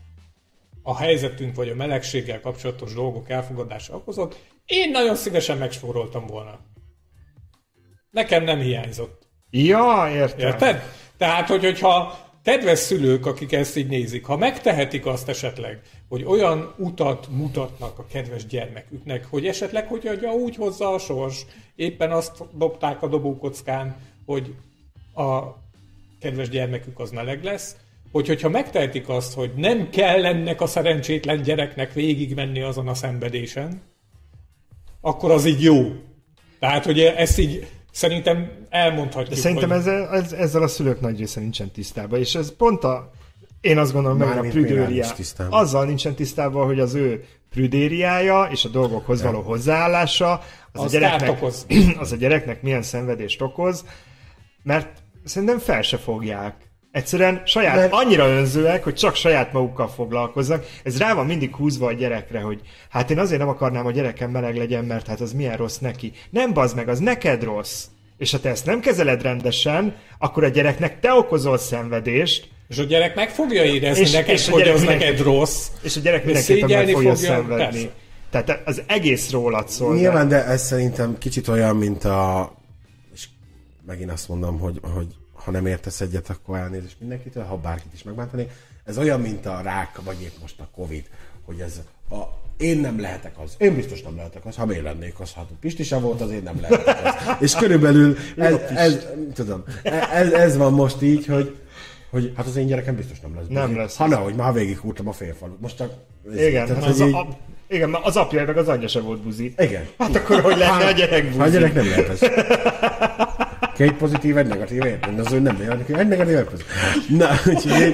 a helyzetünk vagy a melegséggel kapcsolatos dolgok elfogadása okozott, én nagyon szívesen megspóroltam volna. Nekem nem hiányzott. Ja, értem. Érted? Tehát, hogyha kedves szülők, akik ezt így nézik, ha megtehetik azt esetleg, hogy olyan utat mutatnak a kedves gyermeküknek, hogy esetleg, hogyha úgy hozza a sors, éppen azt dobták a dobókockán, hogy a kedves gyermekük az meleg lesz, hogyha megtehetik azt, hogy nem kell ennek a szerencsétlen gyereknek végigmenni azon a szenvedésen, akkor az így jó. Tehát, hogy ezt így szerintem elmondhatjuk. De szerintem ezzel a szülők nagy része nincsen tisztában, és ez pont én azt gondolom, meg a prüdéria azzal nincsen tisztában, hogy az ő prüdériája és a dolgokhoz való hozzáállása az a gyereknek milyen szenvedést okoz, mert szerintem fel se fogják. Egyszerűen annyira önzőek, hogy csak saját magukkal foglalkoznak. Ez rá van mindig húzva a gyerekre, hogy hát én azért nem akarnám, hogy a gyerekem meleg legyen, mert hát az milyen rossz neki. Nem bazd meg, az neked rossz. És ha te ezt nem kezeled rendesen, akkor a gyereknek te okozol szenvedést. És a gyerek meg fogja érezni neked, hogy az neked rossz. És a gyerek mindenképpen meg fogja szenvedni. Persze. Tehát az egész rólad szól. Nyilván, de ez szerintem kicsit olyan, mint és megint azt mondom, hogy ha nem értesz egyet, akkor elnézést mindenkitől, ha bárkit is megbántani. Ez olyan, mint a rák, vagy épp most a Covid, hogy én nem lehetek az. Én biztos nem lehetek az. Ha miért lennék az? Hát Pisti sem volt, az én nem lehetek az. És körülbelül ez van most így, hogy hát az én gyerekem biztos nem lesz. Nem lesz. Nehogy már végigkúrtam a félfalut. Most csak... Igen, az apja meg az anyja sem volt buzi. Igen. Hát akkor hogy lenne a gyerek buzi? A gyerek nem lehet ez. Két pozitív, egy negatív, értem, az ő nem lehet, egy negatív, egy pozitív. Na, úgyhogy...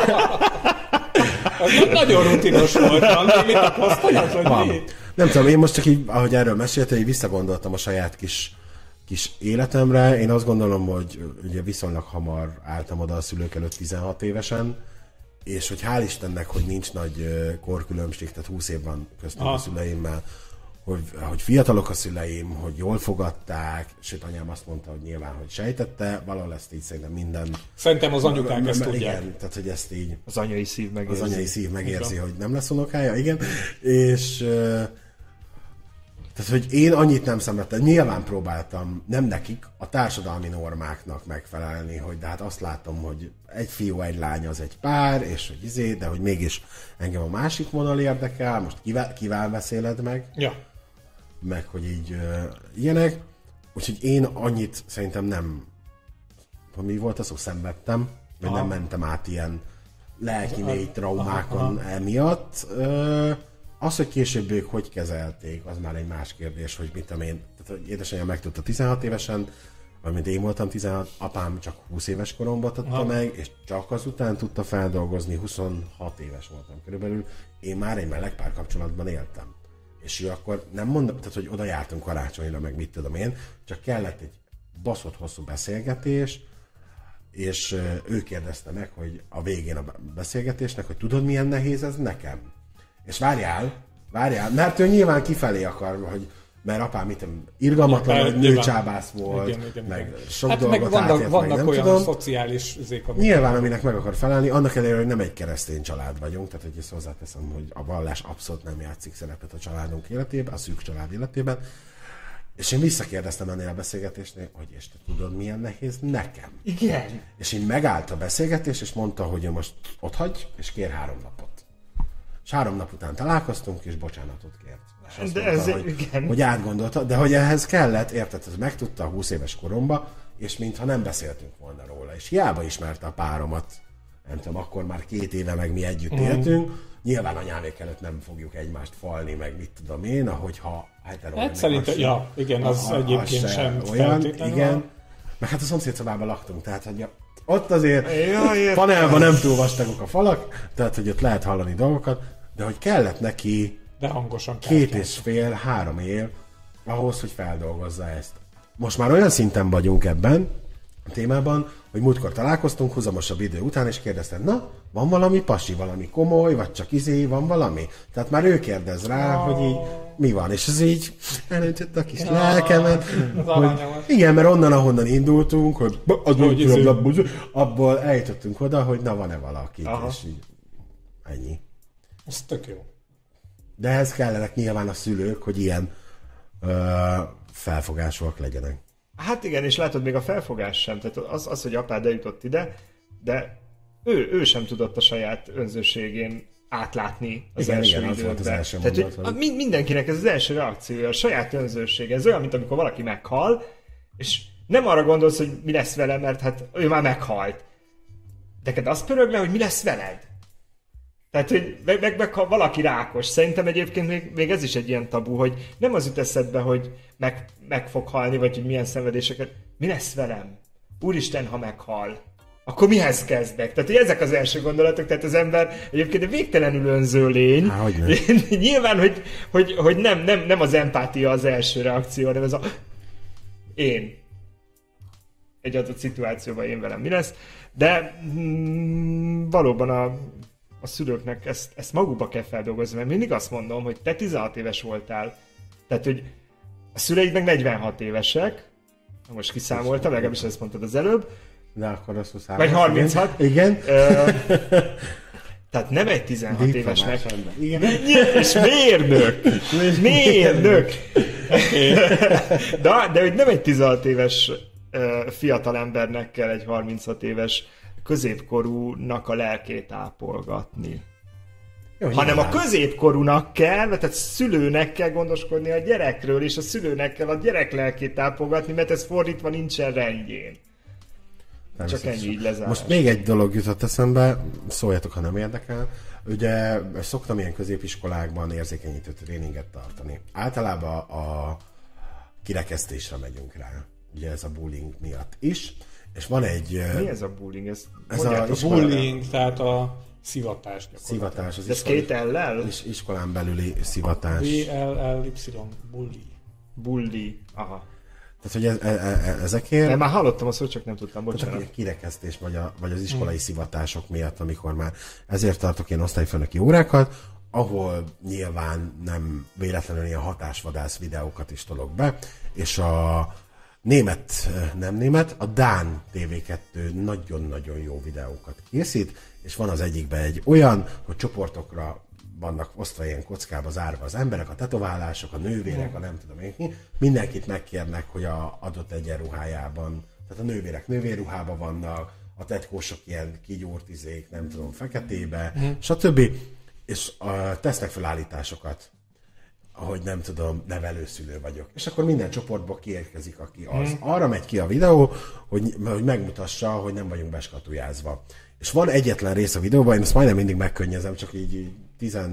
Az nagyon rutinos voltam, mit tapasztalat, vagy mi? Nem tudom, én most csak így, ahogy erről meséltem, így visszagondoltam a saját kis életemre. Én azt gondolom, hogy ugye viszonylag hamar álltam oda a szülők előtt 16 évesen, és hogy hál' Istennek, hogy nincs nagy korkülönbség, tehát 20 év van köztünk a szüleimmel, hogy fiatalok a szüleim, hogy jól fogadták, sőt anyám azt mondta, hogy nyilván, hogy sejtette, valahol ezt így szerintem minden... Szerintem az anyukák ezt tudják. Igen, tehát hogy ezt így... Az anyai szív megérzi. Hogy nem lesz unokája, igen. És... tehát, hogy én annyit nem szenvedtem, nyilván próbáltam, nem nekik, a társadalmi normáknak megfelelni, hogy de hát azt látom, hogy egy fiú, egy lány az egy pár, és hogy de hogy mégis engem a másik vonal érdekel, most kivel beszéled meg? Ja. Meg, hogy így ilyenek. Úgyhogy én annyit szerintem nem, mi volt az, hogy szenvedtem, vagy nem mentem át ilyen lelki mély traumákon emiatt. Az, hogy később ők hogy kezelték, az már egy más kérdés, hogy mit tudom én. Tehát, édesanyám megtudta 16 évesen, valamint én voltam 16, apám csak 20 éves koromban adta meg, és csak azután tudta feldolgozni, 26 éves voltam körülbelül. Én már egy meleg párkapcsolatban éltem. És ő akkor nem mondom, tehát hogy oda jártunk karácsonyra, meg mit tudom én, csak kellett egy baszott hosszú beszélgetés, és ő kérdezte meg, hogy a végén a beszélgetésnek, hogy tudod milyen nehéz ez nekem? És várjál, mert ő nyilván kifelé akar, hogy mert apám irgalmatlan, hogy nőcsábász volt, igen. Meg sok dolgot átért, vannak meg olyan tudom. Szociális zék, Nyilván, aminek meg akar felelni, annak ellenére, hogy nem egy keresztény család vagyunk, tehát hogy ezt hozzáteszem, hogy a vallás abszolút nem játszik szerepet a családunk életében, a szűk család életében. És én visszakérdeztem ennél a beszélgetésnél, hogy és te tudod, milyen nehéz nekem? Igen. És így megállt a beszélgetés, és mondta, hogy ő most otthagy, és kér 3 napot. És 3 nap után találkoztunk, és bocsánatot kért. És azt de mondta, ez igen. hogy átgondolta, de hogy ehhez kellett, érted, ez megtudta a 20 éves koromba, és mintha nem beszéltünk volna róla. És hiába ismerte a páromat, nem tudom, akkor már 2 éve meg mi együtt éltünk. Nyilván anyámék előtt nem fogjuk egymást falni, meg mit tudom én, ahogyha hetero. Hát szerintem, ja, igen, az egyébként sem olyan, igen. Meg hát a szomszédszobában laktunk, tehát hogy ott azért panelban nem túl vastagok a falak, tehát hogy ott lehet hallani dolgokat, de hogy kellett neki de hangosan 2,5-3 év ahhoz, hogy feldolgozza ezt. Most már olyan szinten vagyunk ebben a témában, hogy múltkor találkoztunk húzamosabb idő után, és kérdeztem, na, van valami pasi, valami komoly, vagy csak van valami? Tehát már ő kérdez rá, hogy így mi van, és ez így elöntött a kis lelkemet. Igen, mert onnan, ahonnan indultunk, hogy abból eljutottunk oda, hogy na, van-e valaki, és így ennyi. Ez tök jó. De ehhez kellenek nyilván a szülők, hogy ilyen felfogásúak legyenek. Hát igen, és látod, még a felfogás sem. Tehát az hogy apád eljutott ide, de ő sem tudott a saját önzőségén átlátni az első időkben. Az volt az első tehát, mondat, hogy mindenkinek ez az első reakciója, a saját önzősége. Ez olyan, mint amikor valaki meghal, és nem arra gondolsz, hogy mi lesz vele, mert hát ő már meghalt. De azt pörög le, hogy mi lesz veled? Tehát, hogy meg ha valaki rákos. Szerintem egyébként még ez is egy ilyen tabu, hogy nem az jut eszedbe, hogy meg fog halni, vagy hogy milyen szenvedéseket. Mi lesz velem? Úristen, ha meghal. Akkor mihez kezdek? Tehát, hogy ezek az első gondolatok, tehát az ember egyébként végtelenül önző lény. Nyilván, hogy nem az empátia az első reakció, hanem ez a én. Egy adott szituációban én velem mi lesz. De valóban a szülőknek ezt magukba kell feldolgozni, mert mindig azt mondom, hogy te 16 éves voltál, tehát, hogy a szüleid meg 46 évesek, most kiszámoltam, legalábbis ezt mondtad az előbb, de akkor azt számolsz. Vagy 36. Igen. Tehát nem egy 16 évesnek. Igen. És mérnök! De hogy nem egy 16 éves fiatal embernek kell egy 36 éves középkorúnak a lelkét ápolgatni. Jó, hanem a középkorúnak kell, tehát szülőnek kell gondoskodni a gyerekről, és a szülőnek kell a gyerek lelkét ápolgatni, mert ez fordítva nincsen rendjén. Csak ennyi így lezárás. Most még egy dolog jutott eszembe, szóljatok, ha nem érdekel. Ugye szoktam ilyen középiskolákban érzékenyítő tréninget tartani. Általában a kirekesztésre megyünk rá. Ugye ez a bullying miatt is. És van egy... Mi ez a bullying? Ez a bullying, tehát a szivatás gyakorlatilag. Szivatás. Az ez két L-lel? Iskolán belüli szivatás. B-L-L-Y. Bully. Bully. Aha. Tehát, hogy ezekért... De már hallottam a szót, csak nem tudtam, bocsánat. Tehát kirekesztés, vagy az iskolai szivatások miatt, amikor már ezért tartok ilyen osztályfőnöki órákat, ahol nyilván nem véletlenül ilyen hatásvadász videókat is tolok be, és a a Dán TV2 nagyon-nagyon jó videókat készít, és van az egyikben egy olyan, hogy csoportokra vannak osztva ilyen kockába zárva az emberek, a tetoválások, a nővérek, a nem tudom én, mindenkit megkérnek, hogy a adott egyenruhájában, tehát a nővérek nővérruhában vannak, a tetkósok ilyen kigyúrt izék, nem tudom, feketébe, stb. És tesznek fel állításokat, ahogy nem tudom, nevelőszülő vagyok. És akkor minden csoportból kiérkezik, aki az. Arra megy ki a videó, hogy megmutassa, hogy nem vagyunk beskatujázva. És van egyetlen rész a videóban, én ezt majdnem mindig megkönnyezem, csak így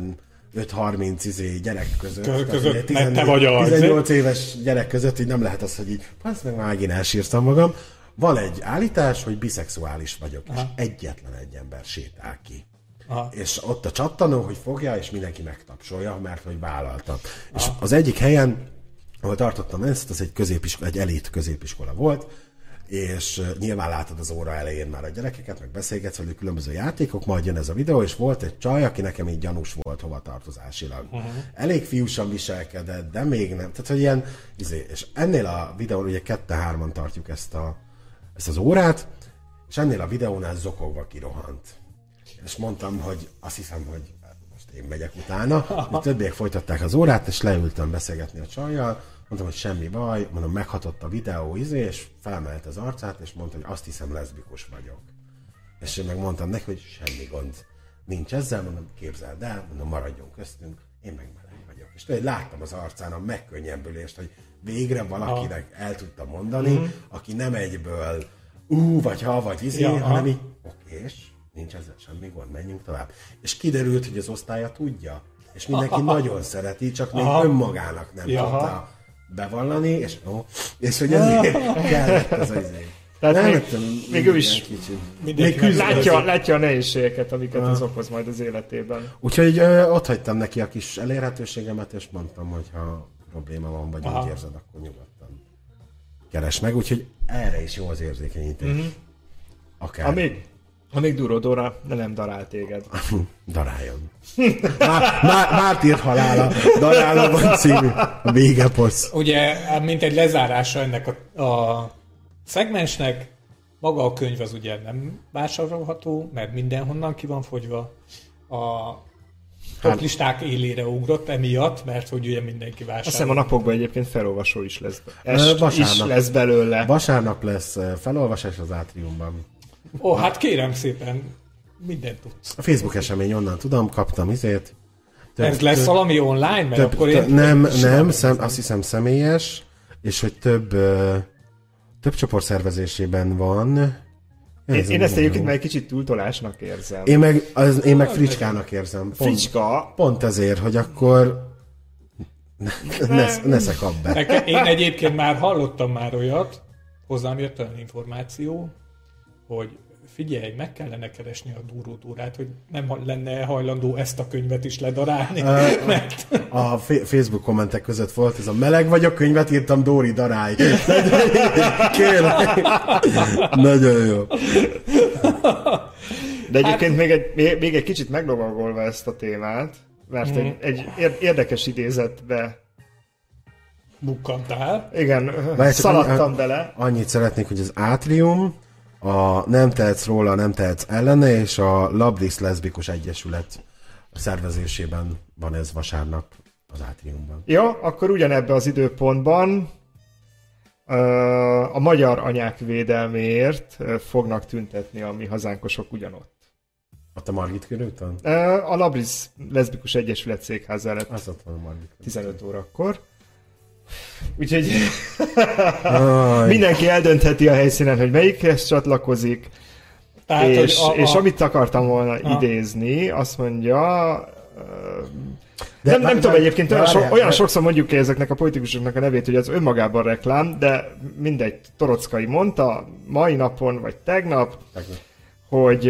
5-30 gyerek között. Mert te vagy az. 18 éves gyerek között így nem lehet az, hogy így, azt meg már én elsírtam magam. Van egy állítás, hogy biszexuális vagyok, és egyetlen egy ember sétál ki. Aha. És ott a csattanó, hogy fogja, és mindenki megtapsolja, mert hogy vállaltam. És az egyik helyen, ahol tartottam ezt, az egy elit középiskola volt, és nyilván látod az óra elején már a gyerekeket, meg beszélgetsz velük különböző játékok, majd jön ez a videó, és volt egy csaj, aki nekem így gyanús volt hovatartozásilag. Elég fiúsan viselkedett, de még nem. Tehát, hogy ilyen, és ennél a videón, ugye 2-3-an tartjuk ezt az órát, és ennél a videónál zokogva kirohant. És mondtam, hogy azt hiszem, hogy most én megyek utána. A többiek folytatták az órát, és leültem beszélgetni a csajjal. Mondtam, hogy semmi baj, mondom, meghatott a videó, és felmelt az arcát, és mondta, hogy azt hiszem, leszbikus vagyok. És én meg mondtam neki, hogy semmi gond nincs ezzel, mondom, képzeld el, mondom, maradjon köztünk, én meg meleg vagyok. És tudod, láttam az arcán a megkönnyebbülést, hogy végre valakinek el tudta mondani, aki nem egyből vagy ha, vagy hanem így, és nincs ezzel semmi gond, menjünk tovább. És kiderült, hogy az osztálya tudja, és mindenki nagyon szereti, csak még önmagának nem tudta bevallani, és hogy ezért kellett az izé. Tehát még ő is látja a nehézségeket, amiket az okoz majd az életében. Úgyhogy ott hagytam neki a kis elérhetőségemet, és mondtam, hogy ha probléma van, vagy úgy érzed, akkor nyugodtan keresd meg. Úgyhogy erre is jó az érzékenyítés. Akár. Amíg duró Dóra, de nem darál téged. Daráljon. Mártír halála. Darálóban című. A végeposz. Ugye, mint egy lezárása ennek a szegmensnek, maga a könyv az ugye nem vásárolható, mert mindenhonnan ki van fogyva. A toplisták élére ugrott emiatt, mert hogy ugye mindenki vásárol. Azt hiszem a napokban egyébként felolvasó is lesz. Is lesz belőle. Vasárnap lesz felolvasás az Átriumban. Hát kérem szépen, mindent tudsz. A Facebook esemény, onnan tudom, kaptam izét. Ez lesz valami online? Mert akkor nem, azt hiszem személyes, és hogy több csoport szervezésében van. Én ezt egyébként már egy kicsit túltolásnak érzem. Én meg fricskának érzem. Fricska? Pont ezért, hogy akkor ne szakad be. Én egyébként már hallottam már olyat, hozzám jött olyan információ, hogy figyelj, meg kellene keresni a Dúró-Dórát, hogy nem lenne hajlandó ezt a könyvet is ledarálni. Mert... A Facebook kommentek között volt ez a meleg vagyok, könyvet írtam, Dóri, darálj. Kérlek. Nagyon jó. De egyébként még egy kicsit meglovagolva ezt a témát, mert egy érdekes idézetbe bukkantál. Igen, szaladtam bele. Annyit szeretnék, hogy az Átrium, a Nem tehetsz róla, nem tehetsz ellene, és a Labdis Leszbikus Egyesület szervezésében van ez vasárnap az Átriumban. Jó, akkor ugyanebben az időpontban a magyar anyák védelméért fognak tüntetni a mi hazánkosok ugyanott. Ott a Margit körültön? A Labdis Leszbikus Egyesület székháza előtt. Az ott van a Margit 15 órakor. Úgyhogy mindenki eldöntheti a helyszínen, hogy melyikhez csatlakozik. Tehát, és amit akartam volna idézni, azt mondja... Nem tudom egyébként, olyan sokszor mondjuk ki ezeknek a politikusoknak a nevét, hogy az önmagában reklám, de mindegy, Torockai mondta mai napon, vagy tegnap, hogy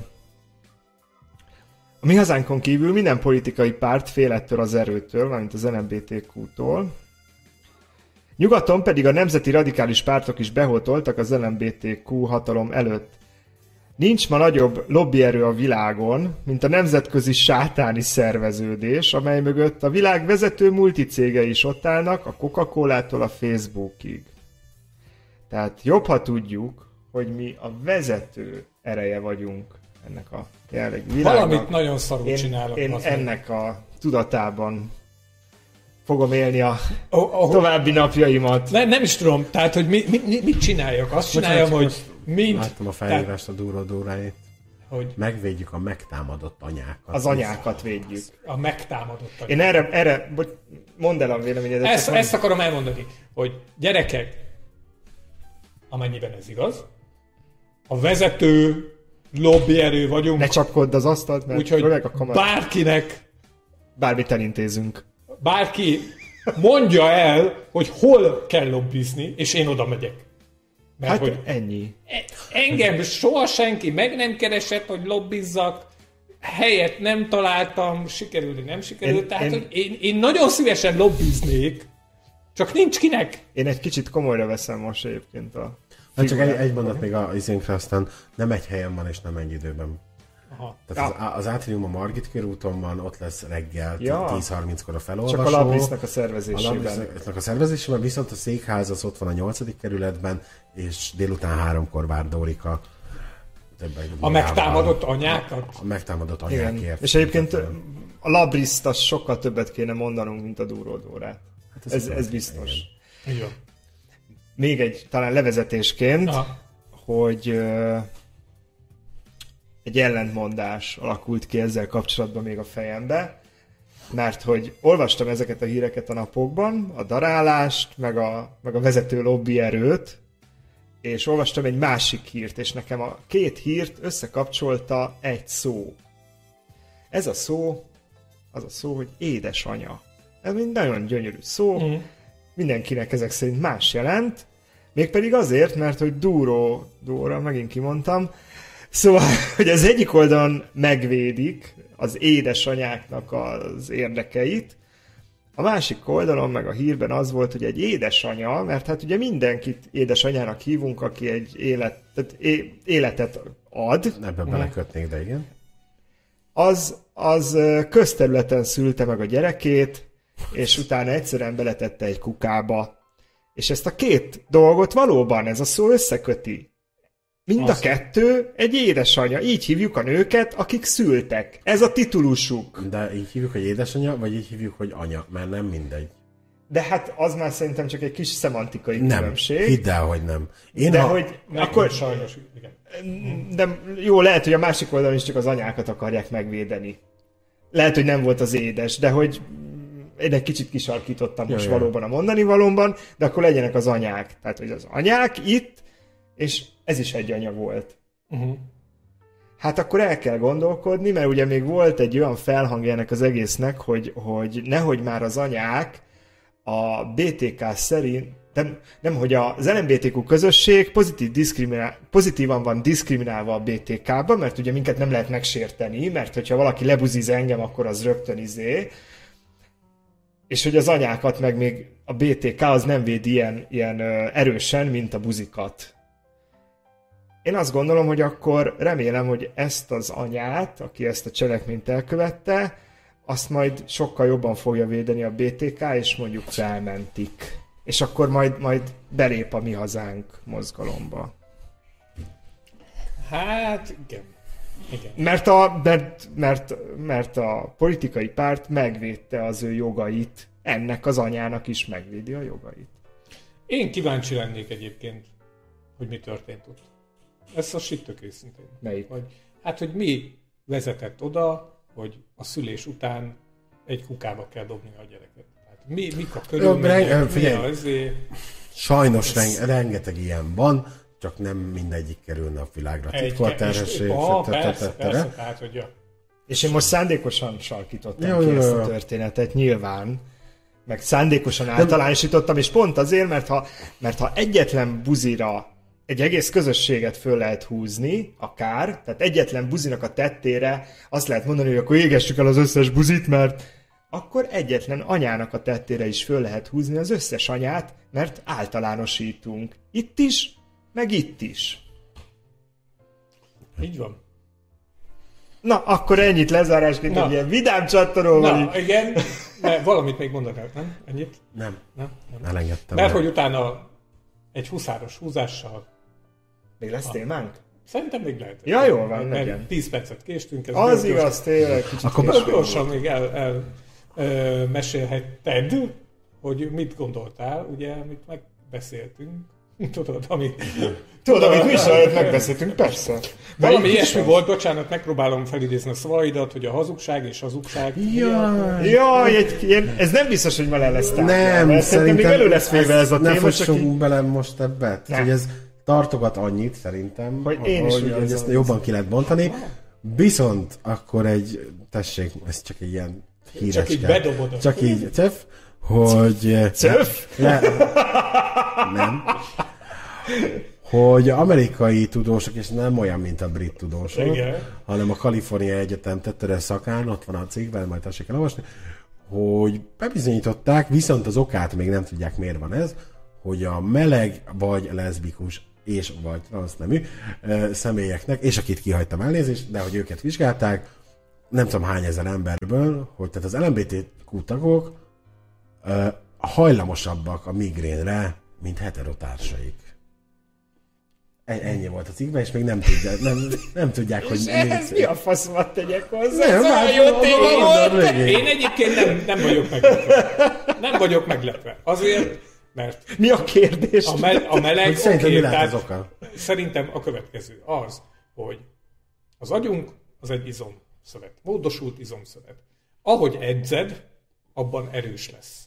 a mi hazánkon kívül minden politikai párt fél ettől az erőtől, mármint az LMBTQ-tól. Nyugaton pedig a nemzeti radikális pártok is beholtoltak az LMBTQ hatalom előtt. Nincs ma nagyobb lobbyerő a világon, mint a nemzetközi sátáni szerveződés, amely mögött a világ vezető multicégei is ott állnak, a Coca-Colától a Facebookig. Tehát jobb, ha tudjuk, hogy mi a vezető ereje vagyunk ennek a jelenlegi világnak. Valamit nagyon szarul csinálok. Én ennek a tudatában fogom élni a további napjaimat. Nem is tudom, tehát, hogy mit csináljak? Azt csináljam, hogy láttam a felírást a Dúró-Dóráit. Hogy megvédjük a megtámadott anyákat. Az anyákat védjük. A megtámadott anyákat. Én erre mondd el a véleményedet. Ezt akarom elmondani, hogy gyerekek, amennyiben ez igaz, a vezető lobbyerő vagyunk. Ne csapkodd az asztalt, mert úgyhogy bárkinek bármit elintézünk. Bárki mondja el, hogy hol kell lobbizni, és én oda megyek. Mert Hát hogy ennyi. engem soha senki meg nem keresett, hogy lobbizzak, helyet nem találtam, sikerült, nem sikerült, hogy én nagyon szívesen lobbiznék, csak nincs kinek. Én egy kicsit komolyra veszem most egyébként a... Hát csak egy mondat még a izénkre, aztán nem egy helyen van, és nem egy időben. Aha. Tehát az Átrium a Margit körúton van, ott lesz reggel 10:30-kor a felolvasó. Csak a Labrisznak a szervezésében. A Labrisznak a szervezésében, viszont a székház az ott van a 8. kerületben, és délután 3-kor vár Dórika. A megtámadott anyákat? A megtámadott anyákért. Igen. És egyébként a Labriszt az sokkal többet kéne mondanunk, mint a Duró Dórát. Hát ez biztos. Igen. Még egy, talán levezetésként, hogy egy ellentmondás alakult ki ezzel kapcsolatban még a fejembe, mert hogy olvastam ezeket a híreket a napokban, a darálást, meg a vezető lobbyerőt, és olvastam egy másik hírt, és nekem a két hírt összekapcsolta egy szó. Ez a szó, az a szó, hogy édesanya. Ez egy nagyon gyönyörű szó, mindenkinek ezek szerint más jelent, mégpedig azért, mert hogy Dóra, megint kimondtam, szóval, hogy az egyik oldalon megvédik az édesanyáknak az érdekeit, a másik oldalon meg a hírben az volt, hogy egy édesanya, mert hát ugye mindenkit édesanyának hívunk, aki egy életet ad. Ebben belekötnék, de igen. Az közterületen szülte meg a gyerekét, és utána egyszerűen beletette egy kukába. És ezt a két dolgot valóban ez a szó összeköti. Mind a kettő egy édesanya. Így hívjuk a nőket, akik szültek. Ez a titulusuk. De így hívjuk, hogy édesanya, vagy így hívjuk, hogy anya? Mert nem mindegy. De hát az már szerintem csak egy kis szemantikai különbség. Nem, hidd el, hogy nem. Hogy akkor... Sajnos, igen. De jó, lehet, hogy a másik oldalon is csak az anyákat akarják megvédeni. Lehet, hogy nem volt az édes, de hogy én egy kicsit kisarkítottam most valóban a mondani valóban, de akkor legyenek az anyák. Tehát, hogy az anyák itt, és ez is egy anya volt. Hát akkor el kell gondolkodni, mert ugye még volt egy olyan felhangja ennek az egésznek, hogy nehogy már az anyák a BTK szerint, nem, hogy az LMBTQ közösség pozitívan van diszkriminálva a BTK-ban, mert ugye minket nem lehet megsérteni, mert hogyha valaki lebuziz engem, akkor az rögtön és hogy az anyákat meg még a BTK az nem véd ilyen erősen, mint a buzikat. Én azt gondolom, hogy akkor remélem, hogy ezt az anyát, aki ezt a cselekményt elkövette, azt majd sokkal jobban fogja védeni a BTK, és mondjuk felmentik. És akkor majd belép a Mi Hazánk mozgalomba. Hát, igen. Mert a politikai párt megvédte az ő jogait, ennek az anyának is megvédi a jogait. Én kíváncsi lennék egyébként, hogy mi történt ott. Ez a tök őszintén. Melyik? Hogy mi vezetett oda, hogy a szülés után egy kukába kell dobni a gyereket. Tehát mik a körülmények, Sajnos rengeteg ilyen van, csak nem mindegyik kerülne a világra titkolterhesség. Persze, tehát, hogy ja. És én most szándékosan sarkítottam ki ezt a történetet, nyilván. Meg szándékosan általánosítottam, és pont azért, mert ha egyetlen buzira egy egész közösséget föl lehet húzni, akár, tehát egyetlen buzinak a tettére azt lehet mondani, hogy akkor égessük el az összes buzit, mert akkor egyetlen anyának a tettére is föl lehet húzni az összes anyát, mert általánosítunk. Itt is, meg itt is. Így van. Na, akkor ennyit lezárásként, hogy ilyen vidám csattanó vagy. Na, igen, de valamit még mondanál, nem? Ennyit? Nem. Elengedtem. Mert hogy utána egy huszáros húzással... Még lesz témánk? Szerintem még lehet. Ja, jól van, legyen. 10 percet késtünk. Ez az igaz, tényleg kicsit akkor gyorsan még mesélhetted, hogy mit gondoltál, ugye, amit megbeszéltünk. Tudod, amit mi is megbeszéltünk, persze. Valami ilyesmi volt, bocsánat, megpróbálom felidézni a szavaidat, hogy a hazugság és hazugság. Ez nem biztos, hogy ma le lesz tárgyal. Nem, szerintem még elő lesz véve ez a téma. Ne fossunk bele most ebbe. Hogy ez tartogat annyit, szerintem, hogy én is hogy ezt jobban ki lehet bontani. Viszont akkor tessék, ez csak egy ilyen híres. Csak így bedobod. Csak így, hogy... Nem. Hogy amerikai tudósok, és nem olyan, mint a brit tudósok, igen, hanem a Kalifornia Egyetem tette le szakán, ott van a cikkben, majd tessék elolvasni, hogy bebizonyították, viszont az okát még nem tudják, miért van ez, hogy a meleg vagy leszbikus és vagy transznemű személyeknek, és akit kihagytam elnézést, de hogy őket vizsgálták, nem tudom hány ezer emberből, hogy tehát az LMBTQ tagok hajlamosabbak a migrénre, mint heterotársaik. Ennyi volt a cikkben, és még nem tudják, hogy... És ehhez mi a faszomat tegyek hozzá? Én egyébként nem vagyok meglepve. Nem vagyok meglepve. Azért, mert... Mi a kérdés? A meleg... Szerintem mi lehet az oka? Szerintem a következő az, hogy az agyunk az egy izomszövet. Módosult izomszövet. Ahogy edzed, abban erős lesz.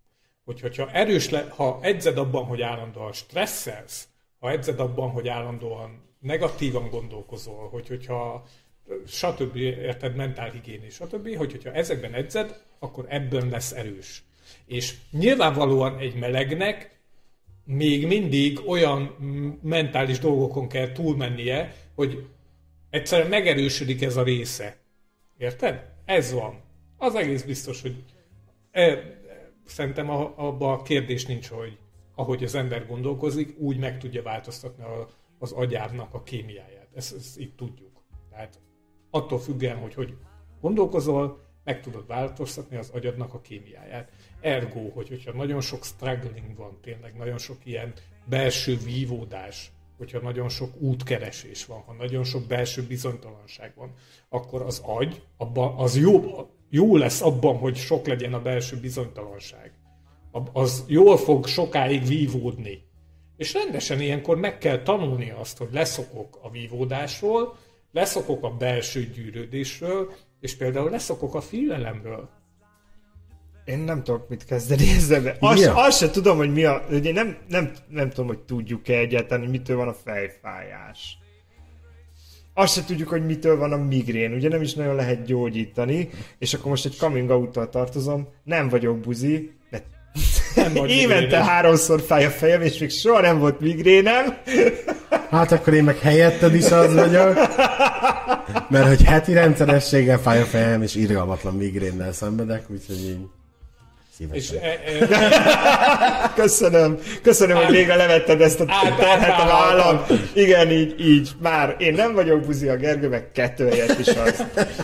Ha edzed abban, hogy állandóan stresszelsz, ha edzed abban, hogy állandóan negatívan gondolkozol, hogyha stb. Érted, mentálhigiénés, stb., hogyha ezekben edzed, akkor ebből lesz erős. És nyilvánvalóan egy melegnek még mindig olyan mentális dolgokon kell túlmennie, hogy egyszerűen megerősödik ez a része. Érted? Ez van. Az egész biztos, hogy szerintem abban a kérdés nincs, hogy ahogy az ember gondolkozik, úgy meg tudja változtatni az agyának a kémiáját. Ezt így tudjuk. Tehát attól függően, hogy gondolkozol, meg tudod változtatni az agyadnak a kémiáját. Ergo, hogyha nagyon sok struggling van, tényleg nagyon sok ilyen belső vívódás, hogyha nagyon sok útkeresés van, ha nagyon sok belső bizonytalanság van, akkor az agy az jó lesz abban, hogy sok legyen a belső bizonytalanság. Az jól fog sokáig vívódni. És rendesen ilyenkor meg kell tanulni azt, hogy leszokok a vívódásról, leszokok a belső gyűrődésről, és például leszokok a félelemről. Én nem tudok mit kezdeni ezzel. Azt se tudom, hogy mi a... Ugye nem tudom, hogy tudjuk-e egyáltalán, hogy mitől van a fejfájás. Azt se tudjuk, hogy mitől van a migrén. Ugye nem is nagyon lehet gyógyítani. És akkor most egy coming out-tal tartozom. Nem vagyok buzi, de évente 3-szor fáj a fejem, és még soha nem volt migrénem. Hát akkor én meg helyetted is az vagyok. Mert hogy heti rendszerességgel fáj a fejem, és irgalmatlan migrénnel szenvedek, úgyhogy így szívesen. Köszönöm, hogy végre levetted ezt a terhet a vállam. Igen, így. Már én nem vagyok buzi, a Gergő meg 2 helyett is az.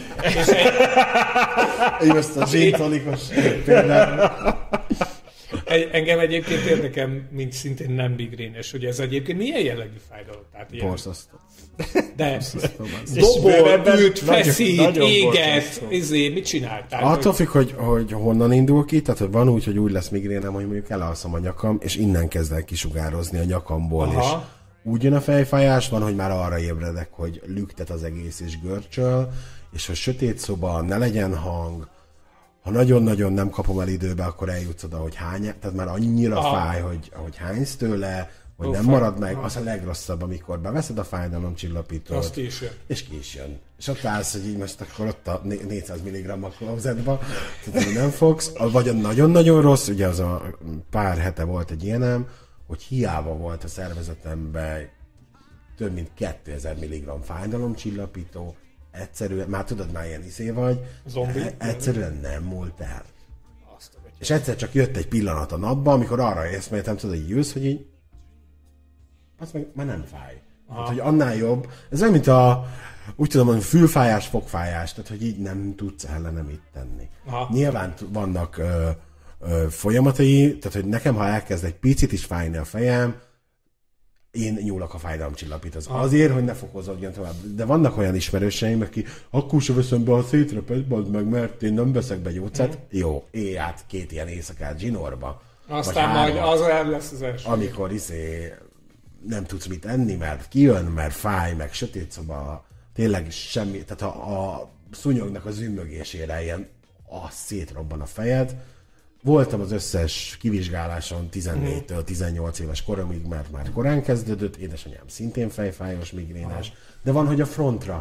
Én azt a zsintonikos például. Engem egyébként érdekel, mint szintén nem migrénes, hogy ez egyébként milyen jellegű fájdalom? Borzasztó. De dobol, ült, feszít, éget, mit csináltál? Attól függ, hogy honnan indul ki, tehát van úgy, hogy lesz migrénem, hogy mondjuk elalszom a nyakam, és innen kezd el kisugározni a nyakamból, és úgy jön a fejfájás, van, hogy már arra ébredek, hogy lüktet az egész és görcsöl, és hogy sötét szoba, ne legyen hang, ha nagyon-nagyon nem kapom el időbe, akkor eljutsz oda, hogy tehát már annyira fáj, hogy hánysz tőle, hogy nem marad meg, az a legrosszabb, amikor beveszed a fájdalomcsillapítót, és ki is jön. És ott állsz, hogy így most akkor ott a 400 mg a closetba, tehát nem fogsz, vagy nagyon-nagyon rossz, ugye az a pár hete volt egy ilyenem, hogy hiába volt a szervezetemben több mint 2000 mg fájdalomcsillapító, egyszerűen, már tudod, már ilyen iszé vagy, egyszerűen nem múlt el. És egyszer csak jött egy pillanat a napba, amikor arra eszméltem, tudod, hogy jössz, hogy így az meg már nem fáj. Tehát, hogy annál jobb. Ez olyan, mint úgy tudom mondani, fülfájás, fogfájás, tehát, hogy így nem tudsz ellene mit tenni. Nyilván vannak folyamatai, tehát, hogy nekem, ha elkezd egy picit is fájni a fejem, én nyúlok a fájdalomcsillapítóhoz. Azért, hogy ne fokozódjon tovább. De vannak olyan ismerőseim, aki akkor sem veszem be a szétrepet, meg, mert én nem veszek be gyógyszert. Jó, éj át 2 ilyen éjszakát zsinórba. Aztán majd az el lesz az első. Amikor nem tudsz mit enni, mert kijön, mert fáj, meg sötét szoba, tényleg semmi, tehát a szúnyognak a zümmögésére ilyen szétrobban a fejed. Voltam az összes kivizsgáláson 14-től 18 éves koromig, mert már korán kezdődött, édesanyám szintén fejfájós, migrénes, de van, hogy a frontra.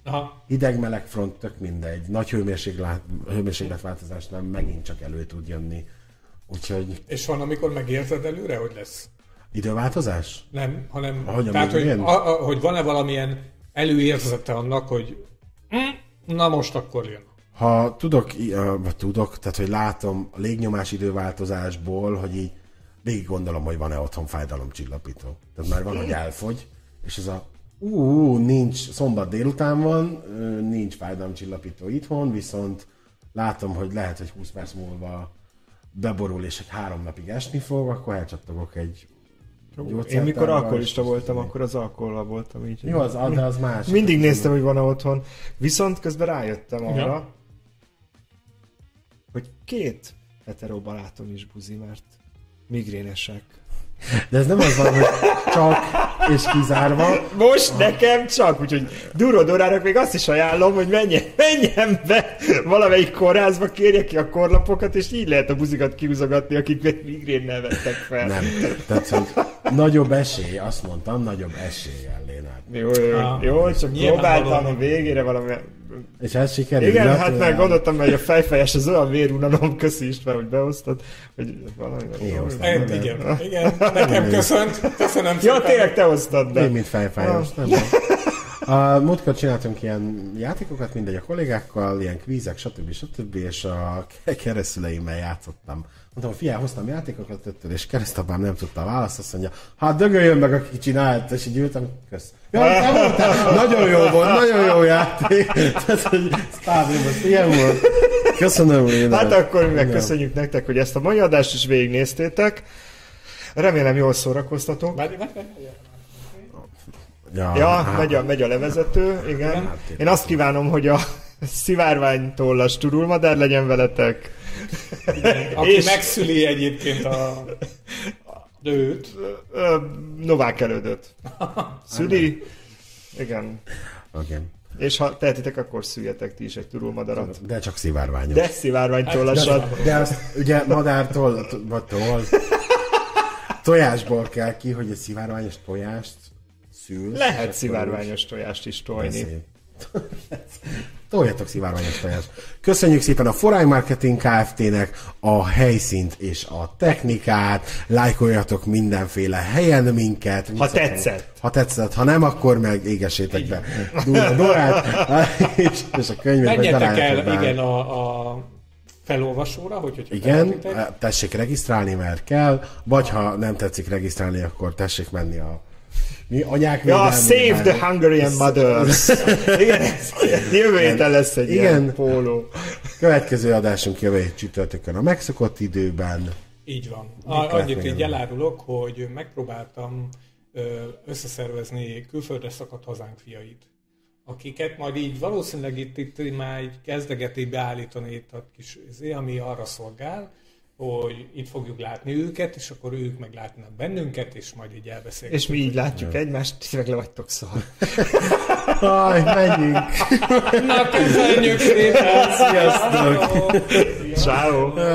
Aha. Hideg-meleg front, tök mindegy. Nagy hőmérsékletváltozásnál megint csak elő tud jönni. Úgyhogy... És van, amikor megérzed előre, hogy lesz? Időváltozás? Nem, hanem... Tehát, hogy van-e valamilyen előérzete annak, hogy na most akkor jön. Ha tudok, tehát hogy látom a légnyomás időváltozásból, hogy így végig gondolom, hogy van-e otthon fájdalomcsillapító. Tehát már van, hogy elfogy, és ez a nincs, szombat délután van, nincs fájdalomcsillapító itthon, viszont látom, hogy lehet, hogy 20 perc múlva beborul, és egy 3 napig esni fog, akkor elcsattogok egy gyógyszertárba. Én mikor alkoholista voltam, akkor az alkohollal voltam így. Jó, de az más. Mindig néztem, hogy van-e otthon. Viszont közben rájöttem arra, hogy 2 hetero barátom is buzi, mert migrénesek. De ez nem az van, hogy csak és kizárva. Most nekem csak, úgyhogy Duró Dorának még azt is ajánlom, hogy menjen be valamelyik kórházba, kérje ki a korlapokat, és így lehet a buzikat kiúzogatni, akik migrénnel vettek fel. Nem, tehát hogy nagyobb esély, azt mondtam, nagyobb eséllyel, Lénárd. Jó, csak próbáltam a végére valami... És ez sikerült. Igen, hát meg gondoltam, hogy a fejfejes az olyan vérunalom, köszi István, hogy behoztad, hogy valami... Igen, nekem köszönöm Ja, tényleg te hoztad be. Én, mint fejfájós, nem van. A múltkor csináltunk ilyen játékokat, mindegy a kollégákkal, ilyen kvízek, stb. És a keresztüleimmel játszottam. Mondtam, hogy figyelj, hoztam játékokat öttől, és keresztapám nem tudta a választ, azt mondja, hát dögöljön meg, aki csinált, és így ültem, kösz. Ja, nagyon jó volt, nagyon jó játék. Tehát, hogy Sztábli, most ilyen volt. Köszönöm, Léna. Hát akkor mi megköszönjük nektek, hogy ezt a mai adást is végignéztétek. Remélem jól szórakoztatok. Megy a levezető, igen. Én azt kívánom, hogy a szivárványtollas turulmadár legyen veletek. Aki és megszüli egyébként a őt. Novák elődöt. Szüli. Igen. Okay. És ha tehetitek, akkor szüljetek ti is egy turulmadarat. De csak szivárványos. De szivárványtollasat. De azt ugye madártól, vagy tojásból kell ki, hogy egy szivárványos tojást szülsz. Lehet szivárványos tojást is tojni. Toljatok szivárványos tojást. Köszönjük szépen a Forány Marketing Kft-nek a helyszínt és a technikát. Lájkoljatok mindenféle helyen minket. Ha tetszett. Ha tetszett. Ha nem, akkor meg égessétek be Dorát és a könyvet. Menjetek el, igen, a felolvasóra, hogy igen, tessék regisztrálni, mert kell, vagy ha nem tetszik regisztrálni, akkor tessék menni a anyák védelmi. Save the Hungarian Mothers. Igen, jövő héten lesz egy ilyen póló. Következő adásunk jövő csütörtökön a megszokott időben. Így van. Annyit így elárulok, hogy megpróbáltam összeszervezni külföldre szakadt hazánk fiait, akiket majd így valószínűleg itt már így kezdegeti beállítani itt a kis ami arra szolgál, hogy itt fogjuk látni őket, és akkor ők meglátnak bennünket, és majd így elbeszélgetünk. És mi így látjuk egymást, ti meg le vagytok szar. Menjünk! Na, köszönjük szépen! Sziasztok! Ciao.